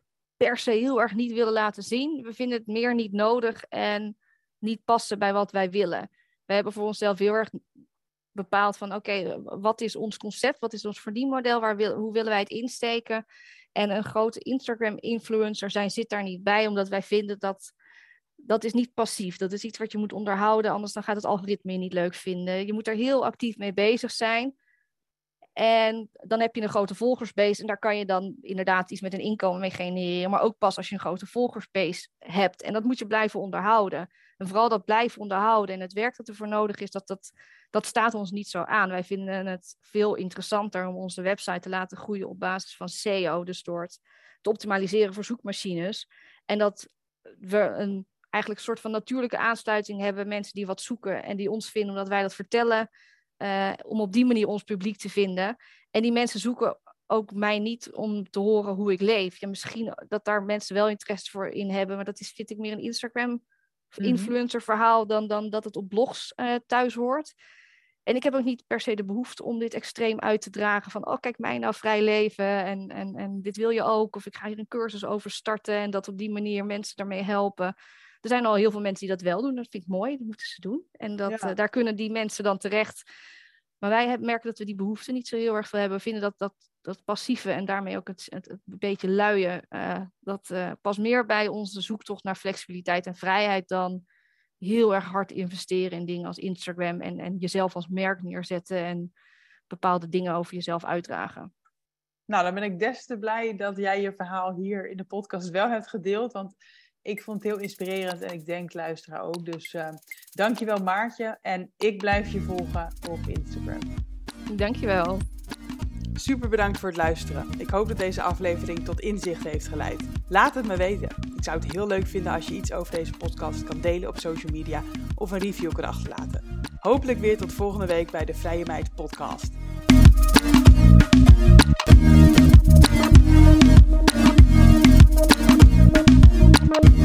per se heel erg niet willen laten zien. We vinden het meer niet nodig en niet passen bij wat wij willen. We hebben voor onszelf heel erg bepaald van oké, okay, wat is ons concept? Wat is ons verdienmodel? Waar wil, hoe willen wij het insteken? En een grote Instagram-influencer zijn zit daar niet bij, omdat wij vinden dat dat is niet passief. Dat is iets wat je moet onderhouden, anders dan gaat het algoritme je niet leuk vinden. Je moet er heel actief mee bezig zijn. En dan heb je een grote volgersbase en daar kan je dan inderdaad iets met een inkomen mee genereren. Maar ook pas als je een grote volgersbase hebt. En dat moet je blijven onderhouden. En vooral dat blijven onderhouden en het werk dat ervoor nodig is, dat, dat, dat staat ons niet zo aan. Wij vinden het veel interessanter om onze website te laten groeien op basis van S E O. Dus door het te optimaliseren voor zoekmachines. En dat we een eigenlijk een soort van natuurlijke aansluiting hebben. Mensen die wat zoeken en die ons vinden omdat wij dat vertellen. Uh, om op die manier ons publiek te vinden. En die mensen zoeken ook mij niet om te horen hoe ik leef. Ja, misschien dat daar mensen wel interesse voor in hebben. Maar dat is, vind ik, meer een Instagram-influencer verhaal dan, dan dat het op blogs uh, thuis hoort. En ik heb ook niet per se de behoefte om dit extreem uit te dragen. Van, oh kijk mij nou vrij leven en, en, en dit wil je ook. Of ik ga hier een cursus over starten en dat op die manier mensen daarmee helpen. Er zijn al heel veel mensen die dat wel doen. Dat vind ik mooi. Dat moeten ze doen. En dat, ja. uh, daar kunnen die mensen dan terecht. Maar wij hebben, merken dat we die behoefte niet zo heel erg veel hebben. We vinden dat dat, dat passieve en daarmee ook het, het, het beetje luie. Uh, dat uh, past meer bij onze zoektocht naar flexibiliteit en vrijheid dan heel erg hard investeren in dingen als Instagram. En, en jezelf als merk neerzetten en bepaalde dingen over jezelf uitdragen. Nou, dan ben ik des te blij dat jij je verhaal hier in de podcast wel hebt gedeeld. Want ik vond het heel inspirerend en ik denk luisteraar ook. Dus uh, dankjewel Maartje. En ik blijf je volgen op Instagram. Dankjewel. Super bedankt voor het luisteren. Ik hoop dat deze aflevering tot inzicht heeft geleid. Laat het me weten. Ik zou het heel leuk vinden als je iets over deze podcast kan delen op social media of een review kan achterlaten. Hopelijk weer tot volgende week bij de Vrije Meid podcast. Thank you.